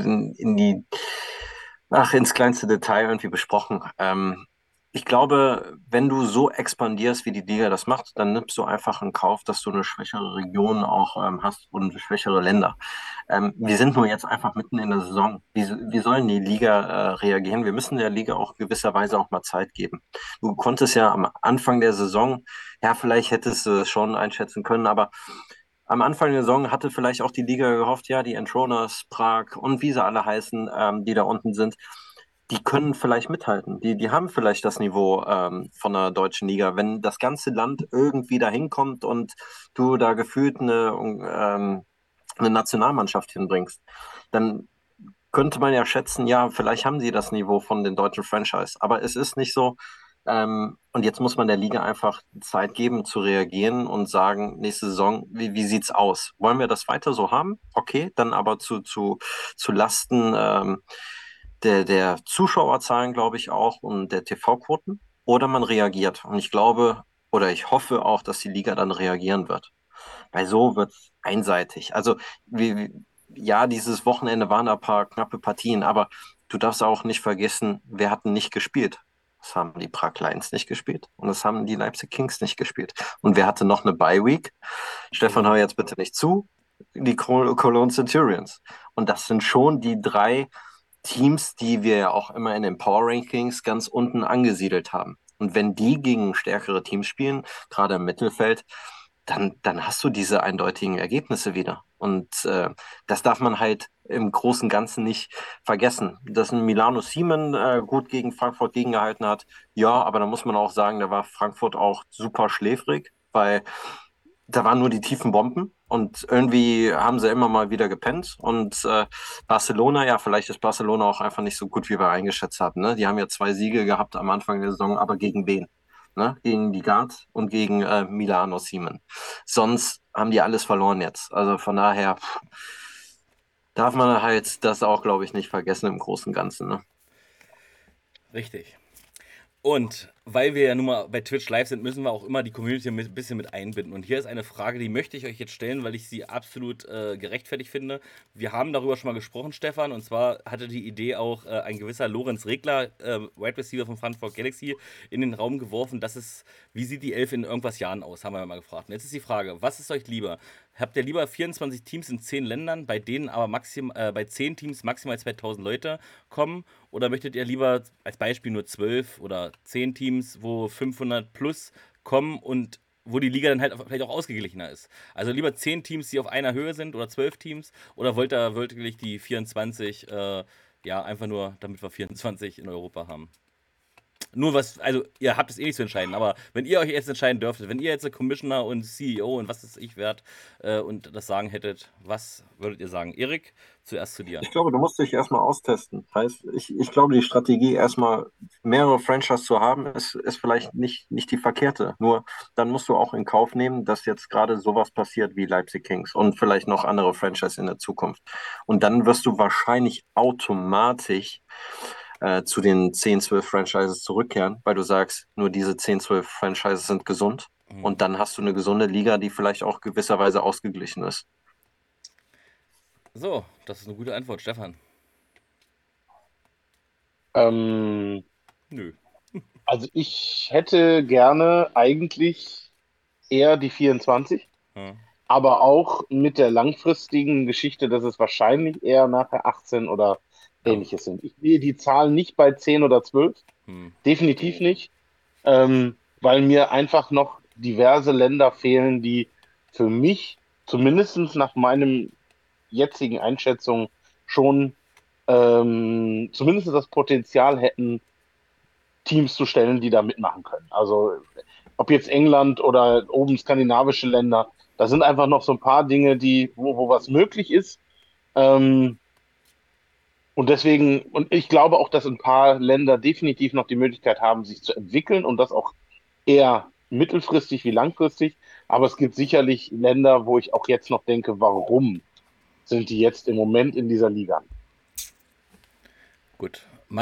ins kleinste Detail irgendwie besprochen. Ich glaube, wenn du so expandierst, wie die Liga das macht, dann nimmst du einfach in Kauf, dass du eine schwächere Region auch hast und schwächere Länder. Wir sind nur jetzt einfach mitten in der Saison. Wie sollen die Liga reagieren? Wir müssen der Liga auch gewisserweise auch mal Zeit geben. Du konntest ja am Anfang der Saison, ja, vielleicht hättest du es schon einschätzen können, aber am Anfang der Saison hatte vielleicht auch die Liga gehofft, ja, die Entroners, Prag und wie sie alle heißen, die da unten sind, die können vielleicht mithalten. Die haben vielleicht das Niveau von der deutschen Liga. Wenn das ganze Land irgendwie dahin kommt und du da gefühlt eine Nationalmannschaft hinbringst, dann könnte man ja schätzen, ja, vielleicht haben sie das Niveau von den deutschen Franchise. Aber es ist nicht so. Und jetzt muss man der Liga einfach Zeit geben zu reagieren und sagen, nächste Saison, wie sieht's aus? Wollen wir das weiter so haben? Okay, dann aber zu Lasten der Zuschauerzahlen, glaube ich auch, und der TV-Quoten. Oder man reagiert. Und ich glaube, oder ich hoffe auch, dass die Liga dann reagieren wird. Weil so wird es einseitig. Also, ja, dieses Wochenende waren ein paar knappe Partien, aber du darfst auch nicht vergessen, wer hat denn nicht gespielt? Das haben die Prag Lions nicht gespielt und das haben die Leipzig Kings nicht gespielt. Und wer hatte noch eine Bye-Week? Stefan, hör Cologne. jetzt bitte nicht zu. Die Cologne Centurions. Und das sind schon die drei Teams, die wir ja auch immer in den Power Rankings ganz unten angesiedelt haben. Und wenn die gegen stärkere Teams spielen, gerade im Mittelfeld, dann hast du diese eindeutigen Ergebnisse wieder. Und das darf man halt im Großen und Ganzen nicht vergessen. Dass ein Milano Siemen gut gegen Frankfurt gegengehalten hat, ja, aber da muss man auch sagen, da war Frankfurt auch super schläfrig, weil da waren nur die tiefen Bomben und irgendwie haben sie immer mal wieder gepennt. Und Barcelona, ja, vielleicht ist Barcelona auch einfach nicht so gut, wie wir eingeschätzt haben. Ne? Die haben ja 2 Siege gehabt am Anfang der Saison, aber gegen wen? Ne? Gegen die Guard und gegen Milano Siemen. Sonst haben die alles verloren jetzt. Also von daher darf man halt das auch, glaube ich, nicht vergessen im Großen und Ganzen. Ne? Richtig. Und weil wir ja nun mal bei Twitch live sind, müssen wir auch immer die Community ein bisschen mit einbinden. Und hier ist eine Frage, die möchte ich euch jetzt stellen, weil ich sie absolut gerechtfertigt finde. Wir haben darüber schon mal gesprochen, Stefan, und zwar hatte die Idee auch ein gewisser Lorenz Regler, Wide Receiver von Frankfurt Galaxy, in den Raum geworfen, wie sieht die Elf in irgendwas Jahren aus, haben wir mal gefragt. Und jetzt ist die Frage, was ist euch lieber? Habt ihr lieber 24 Teams in 10 Ländern, bei denen aber bei 10 Teams maximal 2000 Leute kommen? Oder möchtet ihr lieber als Beispiel nur 12 oder 10 Teams, wo 500 plus kommen und wo die Liga dann halt vielleicht auch ausgeglichener ist? Also lieber 10 Teams, die auf einer Höhe sind oder 12 Teams? Oder wollt ihr wirklich die 24, ja, einfach nur, damit wir 24 in Europa haben? Nur was, also ihr habt es eh nicht zu entscheiden, aber wenn ihr euch jetzt entscheiden dürftet, wenn ihr jetzt der Commissioner und CEO und was ist ich wert und das Sagen hättet, was würdet ihr sagen? Erik, zuerst zu dir. Ich glaube, du musst dich erstmal austesten. Heißt, ich glaube, die Strategie, erstmal mehrere Franchise zu haben, ist vielleicht nicht die verkehrte. Nur dann musst du auch in Kauf nehmen, dass jetzt gerade sowas passiert wie Leipzig Kings und vielleicht noch andere Franchise in der Zukunft. Und dann wirst du wahrscheinlich automatisch zu den 10, 12 Franchises zurückkehren, weil du sagst, nur diese 10, 12 Franchises sind gesund. Und dann hast du eine gesunde Liga, die vielleicht auch gewisserweise ausgeglichen ist. So, das ist eine gute Antwort, Stefan. Ähm, Nö. also ich hätte gerne eigentlich eher die 24, Ja. aber auch mit der langfristigen Geschichte, dass es wahrscheinlich eher nachher 18 oder Oh. ähnliches sind. Ich sehe die Zahlen nicht bei 10 oder 12, Hm. definitiv nicht, weil mir einfach noch diverse Länder fehlen, die für mich, zumindest nach meinem jetzigen Einschätzung, schon zumindest das Potenzial hätten, Teams zu stellen, die da mitmachen können. Also ob jetzt England oder oben skandinavische Länder, da sind einfach noch so ein paar Dinge, wo was möglich ist. Ähm, und deswegen, und ich glaube auch, dass ein paar Länder definitiv noch die Möglichkeit haben, sich zu entwickeln und das auch eher mittelfristig wie langfristig. Aber es gibt sicherlich Länder, wo ich auch jetzt noch denke, warum sind die jetzt im Moment in dieser Liga? Gut.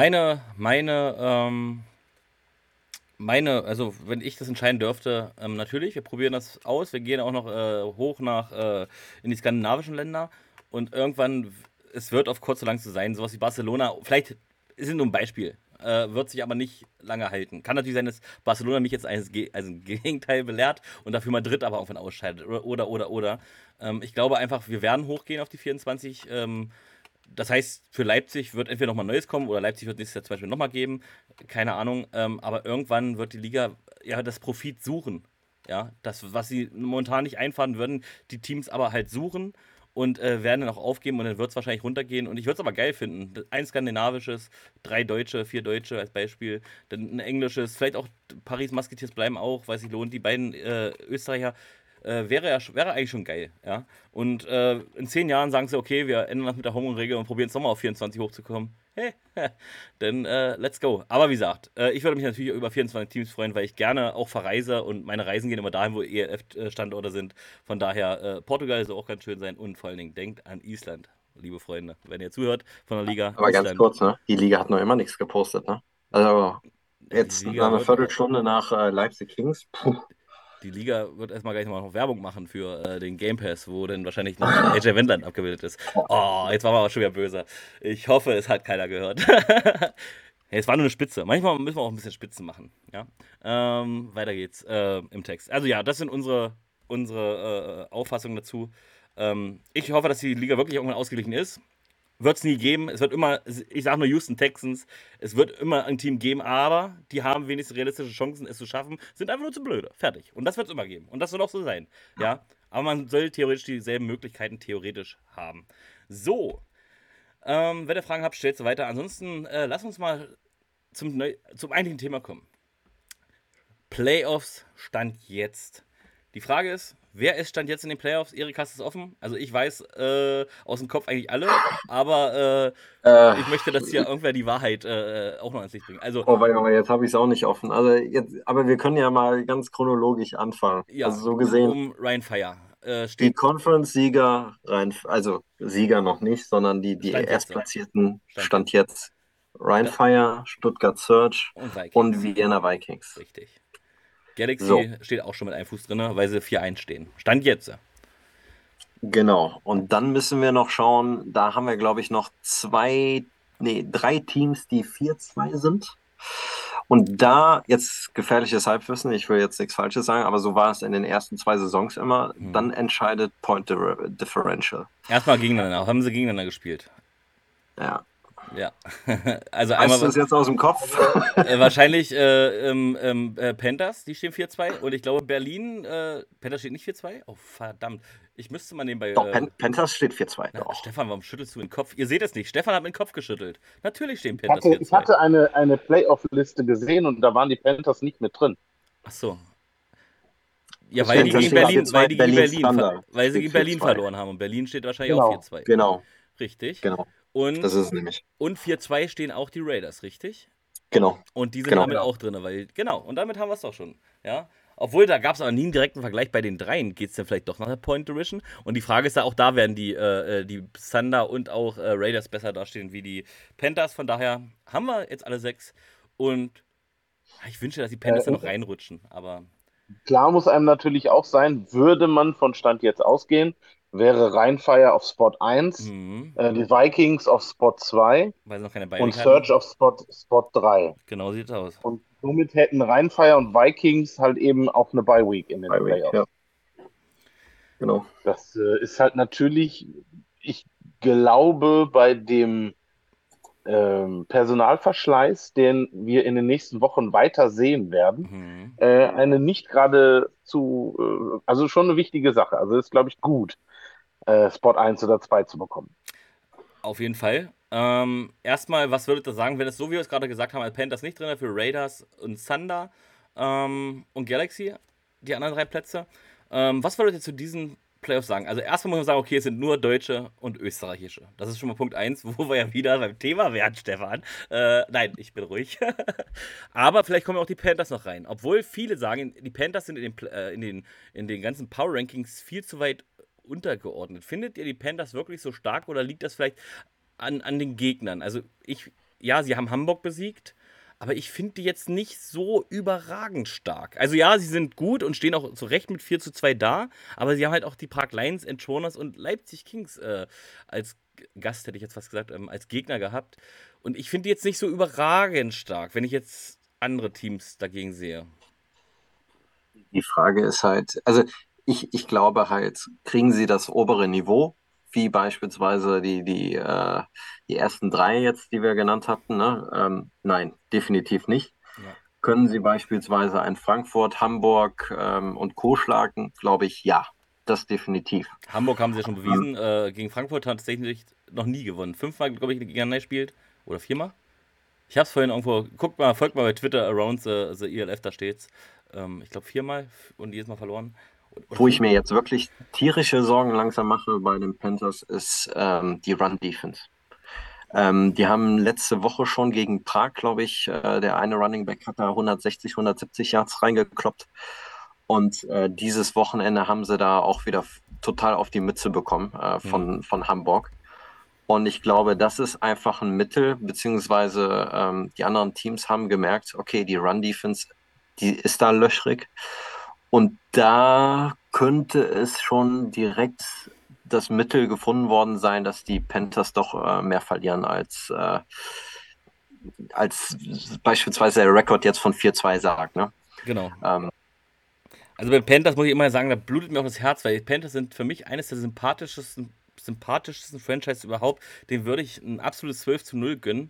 Also wenn ich das entscheiden dürfte, natürlich, wir probieren das aus. Wir gehen auch noch hoch in die skandinavischen Länder und irgendwann, es wird auf kurz oder lang so sein, sowas wie Barcelona, vielleicht ist es nur ein Beispiel, wird sich aber nicht lange halten. Kann natürlich sein, dass Barcelona mich jetzt also ein Gegenteil belehrt und dafür Madrid aber irgendwann ausscheidet oder. Ich glaube einfach, wir werden hochgehen auf die 24. Das heißt, für Leipzig wird entweder nochmal Neues kommen oder Leipzig wird nächstes Jahr zum Beispiel nochmal geben. Keine Ahnung. Aber irgendwann wird die Liga ja das Profit suchen. Ja, das, was sie momentan nicht einfahren würden, die Teams aber halt suchen und werden dann auch aufgeben und dann wird es wahrscheinlich runtergehen. Und ich würde es aber geil finden. Ein skandinavisches, 3 Deutsche, 4 Deutsche als Beispiel, dann ein englisches, vielleicht auch Paris Musketeers bleiben auch, weil sich lohnt. Die beiden Österreicher wäre eigentlich schon geil. Ja? Und in 10 Jahren sagen sie, okay, wir ändern das mit der Home-Regel und probieren es nochmal auf 24 hochzukommen. Hey, dann let's go. Aber wie gesagt, ich würde mich natürlich über 24 Teams freuen, weil ich gerne auch verreise und meine Reisen gehen immer dahin, wo ELF-Standorte sind. Von daher, Portugal soll auch ganz schön sein und vor allen Dingen denkt an Island, liebe Freunde. Wenn ihr zuhört von der Liga, Aber ganz Island. kurz, ne? Die Liga hat noch immer nichts gepostet, ne? Also Die jetzt Liga eine wird, Viertelstunde nach Leipzig Kings. Puh. die Liga wird erstmal gleich noch Werbung machen für den Game Pass, wo dann wahrscheinlich noch AJ Wendland abgebildet ist. Oh, jetzt waren wir aber schon wieder böse. Ich hoffe, es hat keiner gehört. Hey, es war nur eine Spitze. Manchmal müssen wir auch ein bisschen Spitzen machen. Ja? Weiter geht's im Text. Also ja, das sind unsere Auffassungen dazu. Ich hoffe, dass die Liga wirklich irgendwann ausgeglichen ist. Wird es nie geben. Es wird immer, ich sage nur Houston Texans, es wird immer ein Team geben, aber die haben wenigstens realistische Chancen, es zu schaffen, sind einfach nur zu blöde. Fertig. Und das wird es immer geben. Und das soll auch so sein. Ja. Aber man soll theoretisch dieselben Möglichkeiten theoretisch haben. So. Wenn ihr Fragen habt, stellt sie weiter. Ansonsten lass uns mal zum eigentlichen Thema kommen. Playoffs Stand jetzt. Die Frage ist, wer ist Stand jetzt in den Playoffs? Erik, hast du es offen? Also ich weiß aus dem Kopf eigentlich alle, aber ich möchte, dass hier irgendwer die Wahrheit auch noch ans Licht bringt. Also, Oh, warte mal, jetzt habe ich es auch nicht offen. Also jetzt, aber wir können ja mal ganz chronologisch anfangen. ja, Also so gesehen, um Ryan Fire die steht Conference-Sieger rein, also Sieger noch nicht, sondern die Stand jetzt. Erstplatzierten Stand Stand jetzt. Rhein Fire, Stuttgart Surge und Vikings. und Vienna Vikings. Richtig. Galaxy So. steht auch schon mit einem Fuß drin, weil sie 4-1 stehen. Stand jetzt. Genau. Und dann müssen wir noch schauen, da haben wir, glaube ich, noch drei Teams, die 4-2 sind. Und da, jetzt gefährliches Halbwissen, ich will jetzt nichts Falsches sagen, aber so war es in den ersten 2 Saisons immer, dann entscheidet Point Differential. Erstmal gegeneinander. Haben sie gegeneinander gespielt? Ja. Ja. Also Weißt einmal du das jetzt aus dem Kopf? wahrscheinlich Panthers, die stehen 4-2. Und ich glaube Berlin, Panthers steht nicht 4-2? Oh, verdammt. Ich müsste mal nebenbei. Doch, Panthers steht 4-2. Na, Doch. Stefan, warum schüttelst du den Kopf? Ihr seht es nicht. Stefan hat mit dem Kopf geschüttelt. Natürlich stehen Panthers Ich 4-2. hatte eine Playoff-Liste gesehen und da waren die Panthers nicht mit drin. Ach so. Ja, Das weil die Panthers gegen steht Berlin, 4-2, weil die gegen Berlin Berlin, Thunder weil sie steht gegen Berlin 4-2. verloren haben. Und Berlin steht wahrscheinlich Genau. auch 4-2. Genau, Richtig. genau. Und, Das ist es nämlich. und 4-2 stehen auch die Raiders, richtig? Genau. Und die sind Genau. damit auch drin, weil, genau, und damit haben wir es doch schon. Ja? Obwohl, da gab es aber nie einen direkten Vergleich bei den dreien. Geht es denn vielleicht doch nach der Point Division? Und die Frage ist ja, auch da werden die Thunder und auch Raiders besser dastehen wie die Panthers. Von daher haben wir jetzt alle 6. Und ich wünsche, dass die Panthers da noch reinrutschen. Aber Klar muss einem natürlich auch sein, würde man von Stand jetzt ausgehen, wäre Rheinfire auf Spot 1, die Vikings auf Spot 2 weil sie noch keine und Bye-Week Surge hatten. auf Spot 3. Genau sieht es aus. Und somit hätten Rheinfire und Vikings halt eben auch eine Bye-Week in den Playoffs. Ja. Genau. Das ist halt natürlich, ich glaube, bei dem Personalverschleiß, den wir in den nächsten Wochen weiter sehen werden, eine nicht gerade also schon eine wichtige Sache. Also ist, glaube ich, gut, Spot 1 oder 2 zu bekommen. Auf jeden Fall. Erstmal, was würdet ihr sagen, wenn es so wie wir es gerade gesagt haben, als Panthers nicht drin, für Raiders und Thunder und Galaxy, die anderen 3 Plätze. Was würdet ihr zu diesen Playoffs sagen? Also erstmal muss man sagen, okay, es sind nur Deutsche und Österreichische. Das ist schon mal Punkt 1, wo wir ja wieder beim Thema wären, Stefan. Nein, ich bin ruhig. Aber vielleicht kommen auch die Panthers noch rein. Obwohl viele sagen, die Panthers sind in den ganzen Power Rankings viel zu weit untergeordnet. Findet ihr die Panthers wirklich so stark oder liegt das vielleicht an den Gegnern? Also ja, sie haben Hamburg besiegt, aber ich finde die jetzt nicht so überragend stark. Also ja, sie sind gut und stehen auch zu Recht mit 4-2 da, aber sie haben halt auch die Park Lions, Entroners und Leipzig Kings als Gast, hätte ich jetzt fast gesagt, als Gegner gehabt. Und ich finde die jetzt nicht so überragend stark, wenn ich jetzt andere Teams dagegen sehe. Die Frage ist halt, also ich glaube halt, kriegen sie das obere Niveau, wie beispielsweise die ersten 3 jetzt, die wir genannt hatten, ne? Nein, definitiv nicht. Ja. Können sie beispielsweise ein Frankfurt, Hamburg und Co. schlagen? Glaube ich, ja. Das definitiv. Hamburg haben sie ja schon bewiesen. Gegen Frankfurt hat tatsächlich noch nie gewonnen. 5-mal, glaube ich, gegeneinander gespielt. Oder 4-mal? Ich habe es vorhin irgendwo. Guckt mal, folgt mal bei Twitter, around the ELF, da steht's. Ich glaube 4-mal und jedes Mal verloren. Oder Wo ich mir jetzt wirklich tierische Sorgen langsam mache bei den Panthers, ist die Run-Defense. Die haben letzte Woche schon gegen Prag, glaube ich, der eine Running Back hat da 160, 170 Yards reingekloppt. Und dieses Wochenende haben sie da auch wieder total auf die Mütze bekommen von Hamburg. Und ich glaube, das ist einfach ein Mittel, beziehungsweise die anderen Teams haben gemerkt, okay, die Run-Defense, die ist da löchrig. Und da könnte es schon direkt das Mittel gefunden worden sein, dass die Panthers doch mehr verlieren als beispielsweise der Rekord jetzt von 4-2 sagt. Ne? Genau. Also bei Panthers muss ich immer sagen, da blutet mir auch das Herz, weil die Panthers sind für mich eines der sympathischsten Franchises überhaupt. Den würde ich ein absolutes 12-0 gönnen.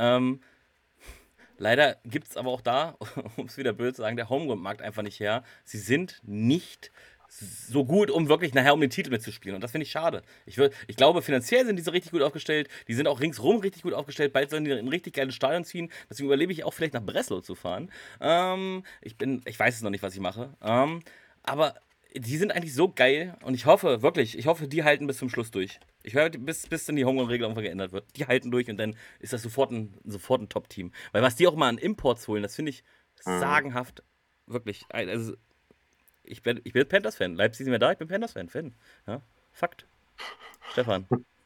Leider gibt es aber auch da, um es wieder böse zu sagen, der Homeground-Markt einfach nicht her. Sie sind nicht so gut, um wirklich nachher um den Titel mitzuspielen. Und das finde ich schade. Ich glaube, finanziell sind diese richtig gut aufgestellt. Die sind auch ringsrum richtig gut aufgestellt. Bald sollen die in ein richtig geiles Stadion ziehen. Deswegen überlebe ich auch vielleicht nach Breslau zu fahren. Ich weiß es noch nicht, was ich mache. Aber die sind eigentlich so geil. Und ich hoffe, wirklich, die halten bis zum Schluss durch. Ich werde bis dann die Homeground-Regel irgendwann geändert wird. Die halten durch und dann ist das sofort ein Top-Team. Weil was die auch mal an Imports holen, das finde ich sagenhaft. Wirklich. Also, ich bin Panthers-Fan. Leipzig sind wir da, ich bin Panthers-Fan. Ja? Fakt. Stefan.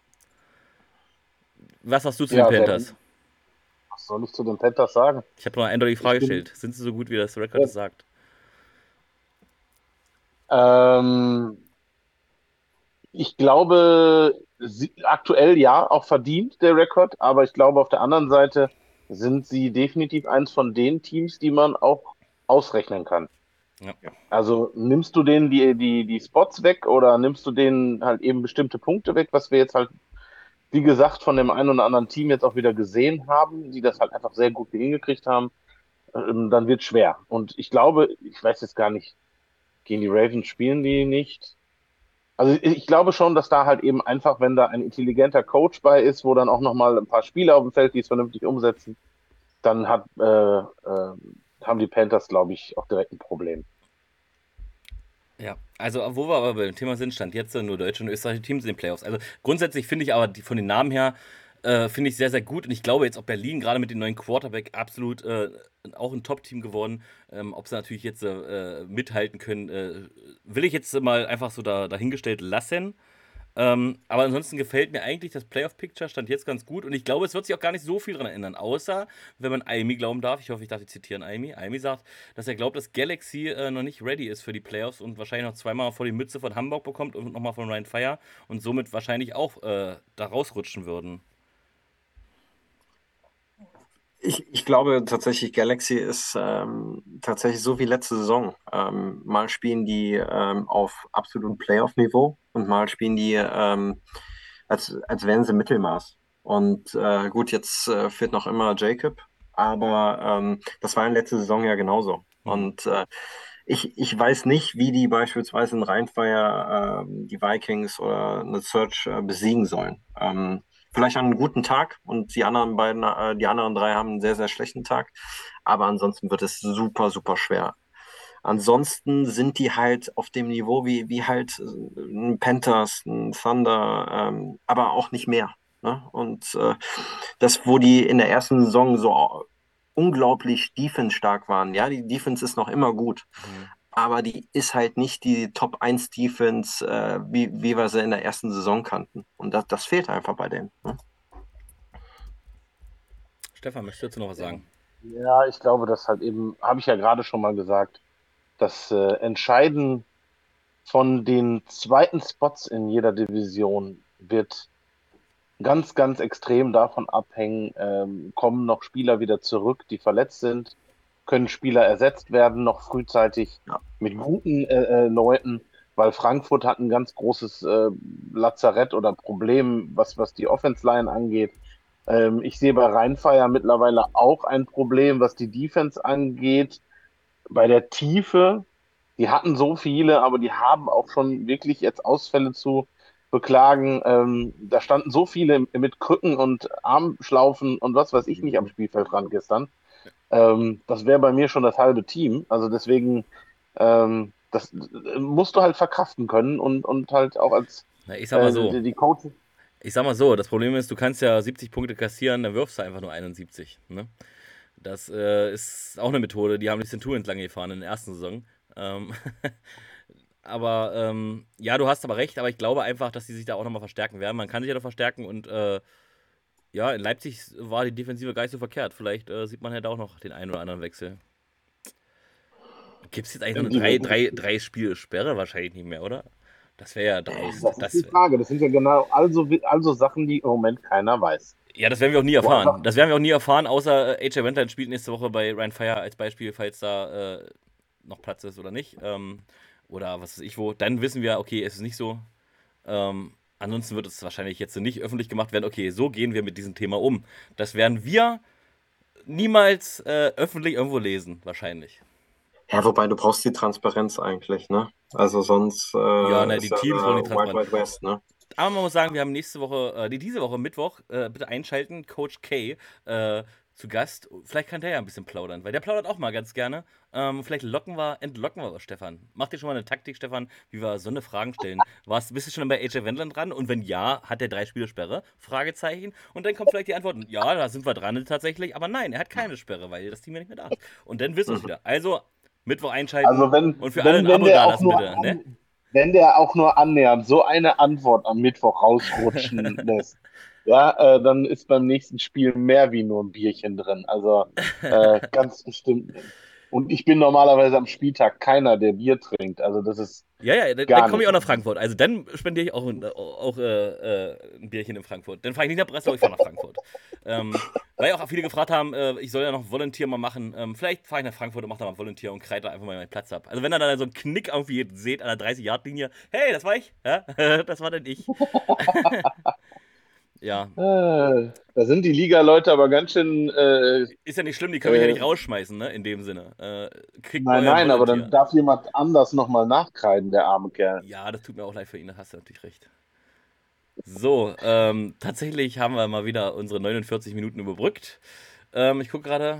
Was hast du zu den Panthers? Was soll ich zu den Panthers sagen? Ich habe noch eine eindeutige Frage gestellt. Sind sie so gut, wie das Rekord es sagt? Ich glaube, aktuell ja, auch verdient der Rekord, aber ich glaube, auf der anderen Seite sind sie definitiv eins von den Teams, die man auch ausrechnen kann. Ja. Also nimmst du denen die Spots weg oder nimmst du denen halt eben bestimmte Punkte weg, was wir jetzt halt, wie gesagt, von dem einen oder anderen Team jetzt auch wieder gesehen haben, die das halt einfach sehr gut hingekriegt haben, dann wird schwer. Und ich glaube, ich weiß jetzt gar nicht, gegen die Ravens spielen die nicht. Also ich glaube schon, dass da halt eben einfach, wenn da ein intelligenter Coach bei ist, wo dann auch nochmal ein paar Spieler auf dem Feld, die es vernünftig umsetzen, dann haben die Panthers, glaube ich, auch direkt ein Problem. Ja, also wo wir aber beim Thema sind, stand jetzt nur deutsche und österreichische Teams in den Playoffs. Also grundsätzlich finde ich aber von den Namen her, finde ich sehr, sehr gut. Und ich glaube jetzt auch Berlin, gerade mit dem neuen Quarterback, absolut auch ein Top-Team geworden. Ob sie natürlich jetzt mithalten können, will ich jetzt mal einfach so dahingestellt lassen. Aber ansonsten gefällt mir eigentlich das Playoff-Picture, stand jetzt ganz gut. Und ich glaube, es wird sich auch gar nicht so viel daran ändern. Außer, wenn man Aimi glauben darf, ich hoffe, ich darf jetzt zitieren Aimi. Aimi sagt, dass er glaubt, dass Galaxy noch nicht ready ist für die Playoffs und wahrscheinlich noch zweimal vor die Mütze von Hamburg bekommt und nochmal von Ryan Fire und somit wahrscheinlich auch da rausrutschen würden. Ich glaube tatsächlich, Galaxy ist tatsächlich so wie letzte Saison. Mal spielen die auf absolutem Playoff-Niveau und mal spielen die als wären sie Mittelmaß. Und gut, jetzt fehlt noch immer Jacob, aber das war in letzter Saison ja genauso. Und ich weiß nicht, wie die beispielsweise in Rheinfire die Vikings oder eine Search besiegen sollen. Vielleicht an einem guten Tag und die anderen die anderen drei haben einen sehr, sehr schlechten Tag. Aber ansonsten wird es super, super schwer. Ansonsten sind die halt auf dem Niveau wie halt ein Panthers, ein Thunder, aber auch nicht mehr. Ne? Und das, wo die in der ersten Saison so unglaublich defense-stark waren, ja, die Defense ist noch immer gut. Aber die ist halt nicht die Top 1 Defense, wie wir sie in der ersten Saison kannten. Und das fehlt einfach bei denen. Ne? Stefan, möchtest du dazu noch was sagen? Ja, ich glaube, das halt eben, habe ich ja gerade schon mal gesagt, das Entscheiden von den zweiten Spots in jeder Division wird ganz, ganz extrem davon abhängen, kommen noch Spieler wieder zurück, die verletzt sind, können Spieler ersetzt werden, noch frühzeitig mit guten Leuten, weil Frankfurt hat ein ganz großes Lazarett oder Problem, was die Offense-Line angeht. Ich sehe bei Rhein-Fire mittlerweile auch ein Problem, was die Defense angeht. Bei der Tiefe, die hatten so viele, aber die haben auch schon wirklich jetzt Ausfälle zu beklagen. Da standen so viele mit Krücken und Armschlaufen und was weiß ich nicht am Spielfeldrand gestern. Das wäre bei mir schon das halbe Team. Also deswegen, das musst du halt verkraften können und halt auch als Na, ich sag mal so. die Coaches. Ich sag mal so, das Problem ist, du kannst ja 70 Punkte kassieren, dann wirfst du einfach nur 71. Ne? Das ist auch eine Methode, die haben die Centurions lange gefahren in der ersten Saison. Ähm, aber ja, du hast aber recht, aber ich glaube einfach, dass die sich da auch nochmal verstärken werden. Man kann sich ja noch verstärken und ja, in Leipzig war die Defensive gar nicht so verkehrt. Vielleicht sieht man ja da auch noch den einen oder anderen Wechsel. Gibt es jetzt eigentlich noch eine Die werden, drei Spiele Sperre? Wahrscheinlich nicht mehr, oder? Das wäre ja dreist. das ist die Frage. Das sind ja genau also Sachen, die im Moment keiner weiß. Ja, das werden wir auch nie Wo erfahren. einfach, Das werden wir auch nie erfahren, außer AJ Wentline spielt nächste Woche bei Ryan Fire als Beispiel, falls da noch Platz ist oder nicht. Oder was weiß ich wo. Dann wissen wir, okay, es ist nicht so. Ansonsten wird es wahrscheinlich jetzt nicht öffentlich gemacht werden, okay, so gehen wir mit diesem Thema um. Das werden wir niemals öffentlich irgendwo lesen, wahrscheinlich. Ja, wobei du brauchst die Transparenz eigentlich, ne? Also sonst Ja, ne, ist die ja Teams wollen die Wild Transparenz. Wild West, ne? Aber man muss sagen, wir haben nächste Woche, diese Woche Mittwoch, bitte einschalten, Coach K zu Gast. Vielleicht kann der ja ein bisschen plaudern, weil der plaudert auch mal ganz gerne. Vielleicht entlocken wir was, Stefan. Mach dir schon mal eine Taktik, Stefan, wie wir so eine Fragen stellen. Bist du schon bei AJ Wendland dran? Und wenn ja, hat er 3 Spiele Sperre? Fragezeichen. Und dann kommt vielleicht die Antwort, ja, da sind wir dran tatsächlich. Aber nein, er hat keine Sperre, weil das Team ja nicht mehr da ist. Und dann wissen wir es Mhm. wieder. Also, Mittwoch einschalten also wenn, und für alle ein wenn, wenn Abo der auch dalassen, nur bitte, ne? wenn der auch nur annähernd so eine Antwort am Mittwoch rausrutschen lässt, ja, dann ist beim nächsten Spiel mehr wie nur ein Bierchen drin. Also ganz bestimmt nicht. Und ich bin normalerweise am Spieltag keiner, der Bier trinkt. Also das ist Ja, ja, dann gar komme ich nicht auch nach mein Frankfurt. Also dann spendiere ich auch ein Bierchen in Frankfurt. Dann fahre ich nicht nach Breslau, ich fahre nach Frankfurt. Weil auch viele gefragt haben, ich soll ja noch Volunteer mal machen. Vielleicht fahre ich nach Frankfurt und mache da mal Volunteer und kreide da einfach mal meinen Platz ab. Also wenn ihr dann so einen Knick irgendwie seht an der 30-Yard-Linie, hey, das war ich. Ja? Das war denn ich. Ja, Da sind die Liga-Leute aber ganz schön. ist ja nicht schlimm, die können mich ja Äh, nicht rausschmeißen, ne, in dem Sinne. Kriegt mal nein, euren nein, aber dann Volunteer. darf jemand anders nochmal nachkreiden, der arme Kerl. Ja, das tut mir auch leid für ihn, da hast du natürlich recht. So, tatsächlich haben wir mal wieder unsere 49 Minuten überbrückt. Ich gucke gerade,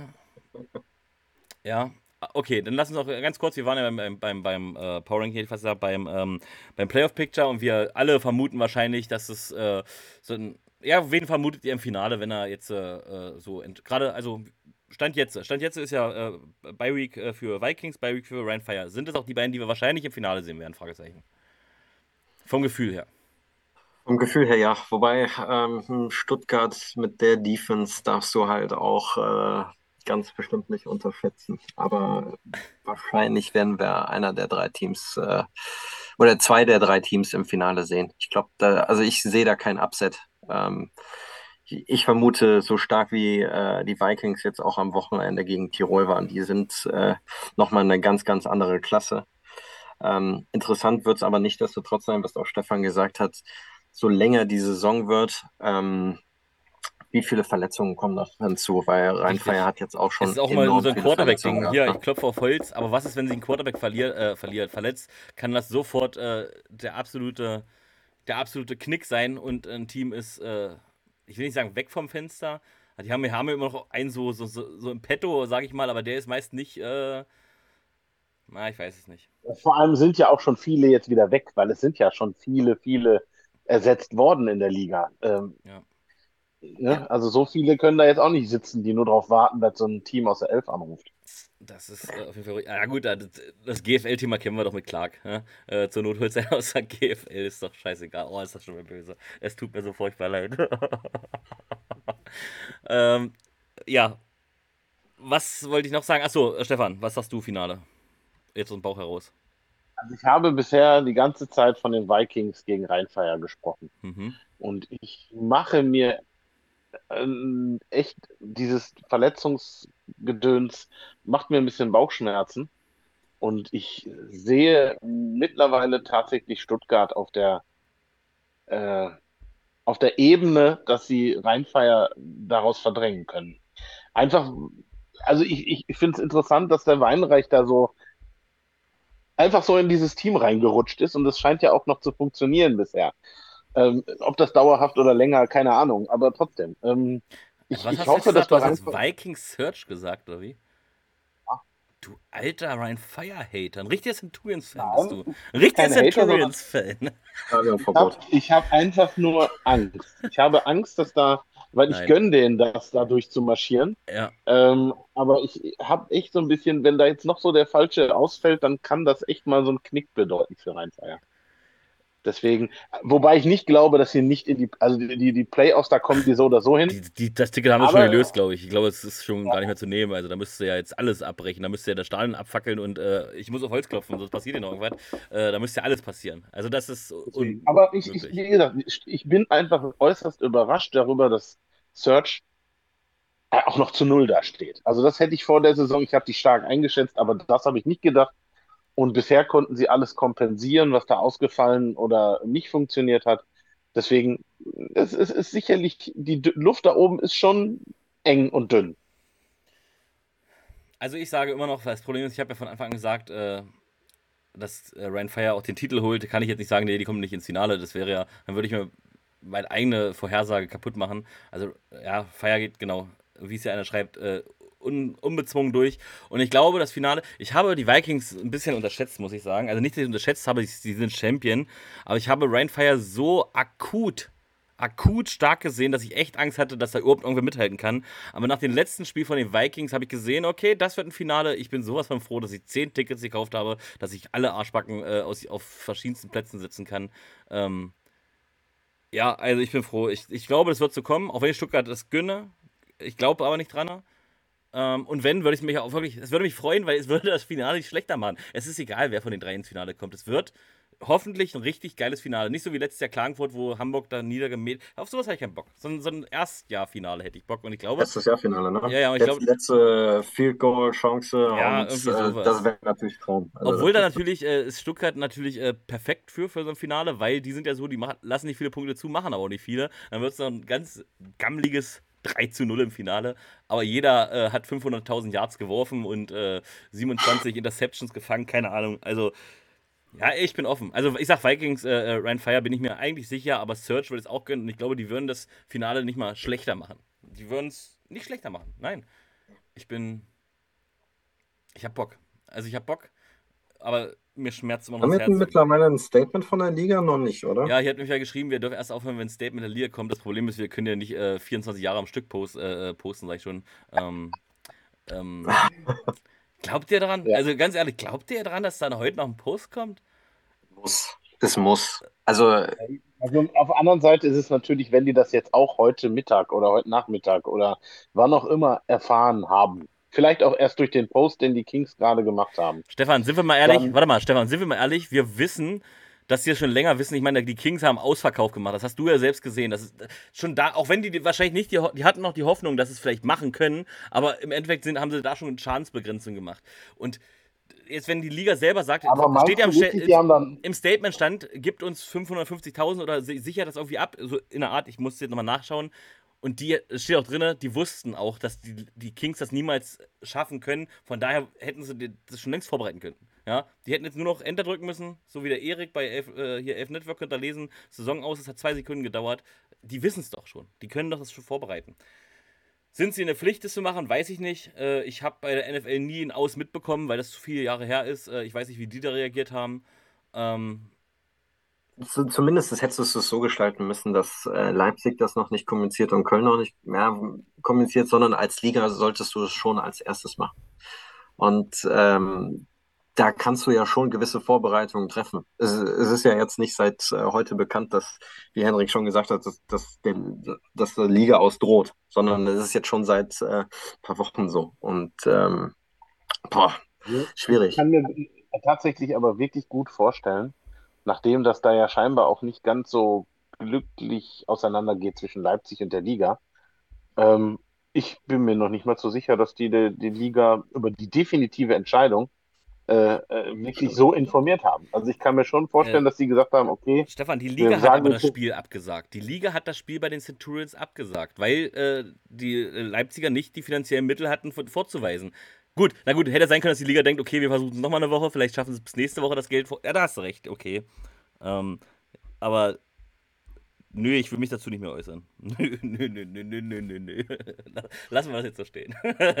ja. Okay, dann lass uns auch ganz kurz, wir waren ja beim Power Ranking, hätte ich fast gesagt, beim Playoff Picture und wir alle vermuten wahrscheinlich, dass es so ein, ja, wen vermutet ihr im Finale, wenn er jetzt gerade, also Stand jetzt ist ja Bye Week für Vikings, Bye Week für Ryan Fire. Sind es auch die beiden, die wir wahrscheinlich im Finale sehen werden? Fragezeichen. Vom Gefühl her. Vom Gefühl her ja. Wobei Stuttgart mit der Defense darfst du halt auch ganz bestimmt nicht unterschätzen. Aber wahrscheinlich werden wir einer der drei Teams oder zwei der drei Teams im Finale sehen. Ich glaube, also ich sehe da kein Upset. Ich vermute, so stark wie die Vikings jetzt auch am Wochenende gegen Tirol waren, die sind nochmal eine ganz, ganz andere Klasse. Interessant wird es aber nichtsdestotrotz sein, was auch Stefan gesagt hat, so länger die Saison wird, wie viele Verletzungen kommen noch hinzu, weil Rhein-Fire Richtig. hat jetzt auch Es schon ist auch mal enorm so ein viele Verletzungen Quarterback-Ding. gehabt. Hier, ich Ne? klopfe auf Holz, aber was ist, wenn sie einen Quarterback verletzt, kann das sofort der absolute Knick sein und ein Team ist, ich will nicht sagen weg vom Fenster. Die haben ja immer noch einen so im Petto, sag ich mal, aber der ist meist nicht, na, ich weiß es nicht. Vor allem sind ja auch schon viele jetzt wieder weg, weil es sind ja schon viele ersetzt worden in der Liga. Ja. Ja, Ne? Also so viele können da jetzt auch nicht sitzen, die nur darauf warten, dass so ein Team aus der Elf anruft. Das ist auf jeden Fall ruhig. Ja, gut, das GFL-Thema kennen wir doch mit Clark. Ja? Zur Not holt er aus der GFL, ist doch scheißegal. Oh, ist das schon mal böse. Es tut mir so furchtbar leid. ähm, ja, was wollte ich noch sagen? Achso, Stefan, was sagst du, Finale? Jetzt aus dem Bauch heraus. Also ich habe bisher die ganze Zeit von den Vikings gegen Rhein-Fire gesprochen. Mhm. Und ich mache mir echt dieses Verletzungsgedöns macht mir ein bisschen Bauchschmerzen. Und ich sehe mittlerweile tatsächlich Stuttgart auf der äh, auf der Ebene, dass sie Rheinfeier daraus verdrängen können. Einfach, also ich finde es interessant, dass der Weinreich da so einfach so in dieses Team reingerutscht ist und das scheint ja auch noch zu funktionieren bisher. Ob das dauerhaft oder länger, keine Ahnung, aber trotzdem. Was Ich hast du jetzt hoffe, dass gesagt? Du bei hast jetzt Rheinfeier. Vikings Search gesagt, oder wie? Du alter Ryan Fire-Hater. Ein richtiger Centurions-Fan bist Nein, du. Ein ich bin richtiger kein Hater, sondern Centurions-Fan. Stadionverbot. ich hab einfach nur Angst. Ich habe Angst, dass da, weil ich Nein. gönne denen das, da durchzumarschieren. Ja. Aber ich habe echt so ein bisschen, wenn da jetzt noch so der Falsche ausfällt, dann kann das echt mal so einen Knick bedeuten für Rheinfeier. Deswegen, wobei ich nicht glaube, dass sie nicht in also die Playoffs, da kommen die so oder so hin. Das Ticket haben wir schon Aber gelöst, glaube ich. Ich glaube, es ist schon gar nicht mehr zu nehmen. Also da müsste ja jetzt alles abbrechen. Da müsste ja der Stadion abfackeln und ich muss auf Holz klopfen, sonst passiert ja noch irgendwas. Da müsste ja alles passieren. Also das ist deswegen. Aber unmöglich. wie gesagt, ich bin einfach äußerst überrascht darüber, dass Search auch noch zu Null dasteht. Also das hätte ich vor der Saison, ich habe die stark eingeschätzt, aber das habe ich nicht gedacht. Und bisher konnten sie alles kompensieren, was da ausgefallen oder nicht funktioniert hat. Deswegen, es ist sicherlich, Luft da oben ist schon eng und dünn. Also ich sage immer noch, das Problem ist, ich habe ja von Anfang an gesagt, dass Ryan Fire auch den Titel holt, kann ich jetzt nicht sagen, nee, die kommen nicht ins Finale. Das wäre ja, dann würde ich mir meine eigene Vorhersage kaputt machen. Also ja, Fire geht genau, wie es ja einer schreibt, unbezwungen durch. Und ich glaube, das Finale, ich habe die Vikings ein bisschen unterschätzt, muss ich sagen. Also nicht, dass ich unterschätzt habe, sie sind Champion, aber ich habe Ryan Fire so akut stark gesehen, dass ich echt Angst hatte, dass da überhaupt irgendwer mithalten kann. Aber nach dem letzten Spiel von den Vikings habe ich gesehen, okay, das wird ein Finale. Ich bin sowas von froh, dass ich 10 Tickets gekauft habe, dass ich alle Arschbacken auf verschiedensten Plätzen sitzen kann. Ähm, ja, also ich bin froh. Ich glaube, das wird so kommen, auch wenn ich Stuttgart das gönne. Ich glaube aber nicht dran. Und wenn, würde ich mich auch wirklich, es würde mich freuen, weil es würde das Finale nicht schlechter machen. Es ist egal, wer von den drei ins Finale kommt. Es wird hoffentlich ein richtig geiles Finale. Nicht so wie letztes Jahr Klagenfurt, wo Hamburg da niedergemäht. Auf sowas habe ich keinen Bock. So ein Erstjahr-Finale hätte ich Bock. Und ich glaube, Letztes Jahr Finale, ne? ja, ja, und ich Jetzt glaube, letzte Field Goal Chance ja, und irgendwie das sowas. wäre natürlich Traum. Also Obwohl das da ist natürlich ist Stuttgart natürlich perfekt für so ein Finale, weil die sind ja so, lassen nicht viele Punkte zu, machen aber auch nicht viele. Dann wird es noch ein ganz gammeliges 3:0 im Finale. Aber jeder hat 500.000 Yards geworfen und 27 Interceptions gefangen, keine Ahnung. Also, ja, ich bin offen. Also, ich sag Vikings, Ryan Fire bin ich mir eigentlich sicher, aber Search würde es auch gönnen und ich glaube, die würden das Finale nicht mal schlechter machen. Die würden es nicht schlechter machen. Nein. Ich bin. Ich hab Bock. Also, ich hab Bock, aber mir schmerzt immer noch haben das wir denn Herz. mittlerweile ein Statement von der Liga? Noch nicht, oder? Ja, hier hat mich ja geschrieben, wir dürfen erst aufhören, wenn ein Statement der Liga kommt. Das Problem ist, wir können ja nicht 24 Jahre am Stück posten, sag ich schon. Ähm, glaubt ihr daran? Ja. Also ganz ehrlich, glaubt ihr daran, dass da heute noch ein Post kommt? Muss. Es muss. Also, Also auf der anderen Seite ist es natürlich, wenn die das jetzt auch heute Mittag oder heute Nachmittag oder wann auch immer erfahren haben, vielleicht auch erst durch den Post, den die Kings gerade gemacht haben, Stefan, sind wir mal ehrlich? dann, Warte mal, Stefan, sind wir mal ehrlich? Wir wissen, dass die das schon länger wissen. Ich meine, die Kings haben Ausverkauf gemacht. Das hast du ja selbst gesehen. Das ist schon da, auch wenn die wahrscheinlich nicht, die hatten noch die Hoffnung, dass sie es vielleicht machen können, aber im Endeffekt haben sie da schon eine Schadensbegrenzung gemacht. Und jetzt, wenn die Liga selber sagt, aber steht meinst ja du wirklich, die haben dann, im Statement stand, gibt uns 550.000 oder sichert das irgendwie ab, so in der Art, ich muss jetzt nochmal nachschauen. Und es steht auch drin, die wussten auch, dass die Kings das niemals schaffen können. Von daher hätten sie das schon längst vorbereiten können. Ja, die hätten jetzt nur noch Enter drücken müssen, so wie der Erik bei hier Elf Network könnt ihr lesen. Saison aus, es hat 2 Sekunden gedauert. Die wissen es doch schon. Die können doch das schon vorbereiten. Sind sie in der Pflicht, das zu machen? Weiß ich nicht. Ich habe bei der NFL nie ein Aus mitbekommen, weil das zu viele Jahre her ist. Ich weiß nicht, wie die da reagiert haben. Ähm, zumindest hättest du es so gestalten müssen, dass Leipzig das noch nicht kommuniziert und Köln noch nicht mehr kommuniziert, sondern als Liga solltest du es schon als erstes machen. Und da kannst du ja schon gewisse Vorbereitungen treffen. Es ist ja jetzt nicht seit heute bekannt, dass, wie Henrik schon gesagt hat, dass die Liga ausdroht, sondern es ist jetzt schon seit ein paar Wochen so. Und boah, ich schwierig. kann mir tatsächlich aber wirklich gut vorstellen, nachdem das da ja scheinbar auch nicht ganz so glücklich auseinandergeht zwischen Leipzig und der Liga. Ähm, Ich bin mir noch nicht mal so sicher, dass die Liga über die definitive Entscheidung wirklich so informiert haben. Also ich kann mir schon vorstellen, dass sie gesagt haben, okay, Stefan, die wir Liga hat sagen aber das jetzt, Spiel abgesagt. Die Liga hat das Spiel bei den Centurions abgesagt, weil die Leipziger nicht die finanziellen Mittel hatten, vorzuweisen. Gut, na gut, hätte sein können, dass die Liga denkt, okay, wir versuchen es nochmal eine Woche, vielleicht schaffen sie es bis nächste Woche das Geld vor. Ja, da hast du recht, okay. Ähm, aber nö, ich will mich dazu nicht mehr äußern. Nö. Lassen wir das jetzt so stehen.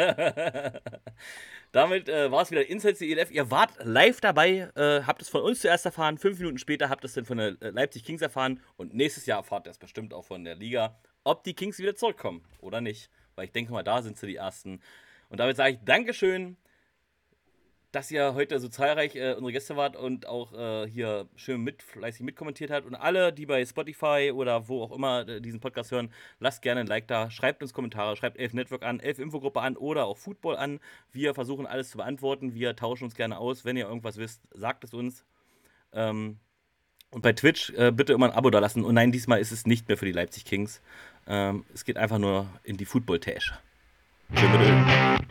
Damit war es wieder Inside CELF. Ihr wart live dabei, habt es von uns zuerst erfahren. 5 Minuten später habt ihr es dann von der Leipzig Kings erfahren. Und nächstes Jahr erfahrt ihr es bestimmt auch von der Liga, ob die Kings wieder zurückkommen oder nicht. Weil ich denke mal, da sind sie die Ersten. Und damit sage ich Dankeschön, dass ihr heute so zahlreich unsere Gäste wart und auch hier schön fleißig mitkommentiert habt. Und alle, die bei Spotify oder wo auch immer diesen Podcast hören, lasst gerne ein Like da, schreibt uns Kommentare, schreibt Elf Network an, Elf Infogruppe an oder auch Football an. Wir versuchen alles zu beantworten, wir tauschen uns gerne aus. Wenn ihr irgendwas wisst, sagt es uns. Und bei Twitch bitte immer ein Abo da lassen. Und nein, diesmal ist es nicht mehr für die Leipzig Kings. Es geht einfach nur in die Football-Tasche. Schön mit Öl.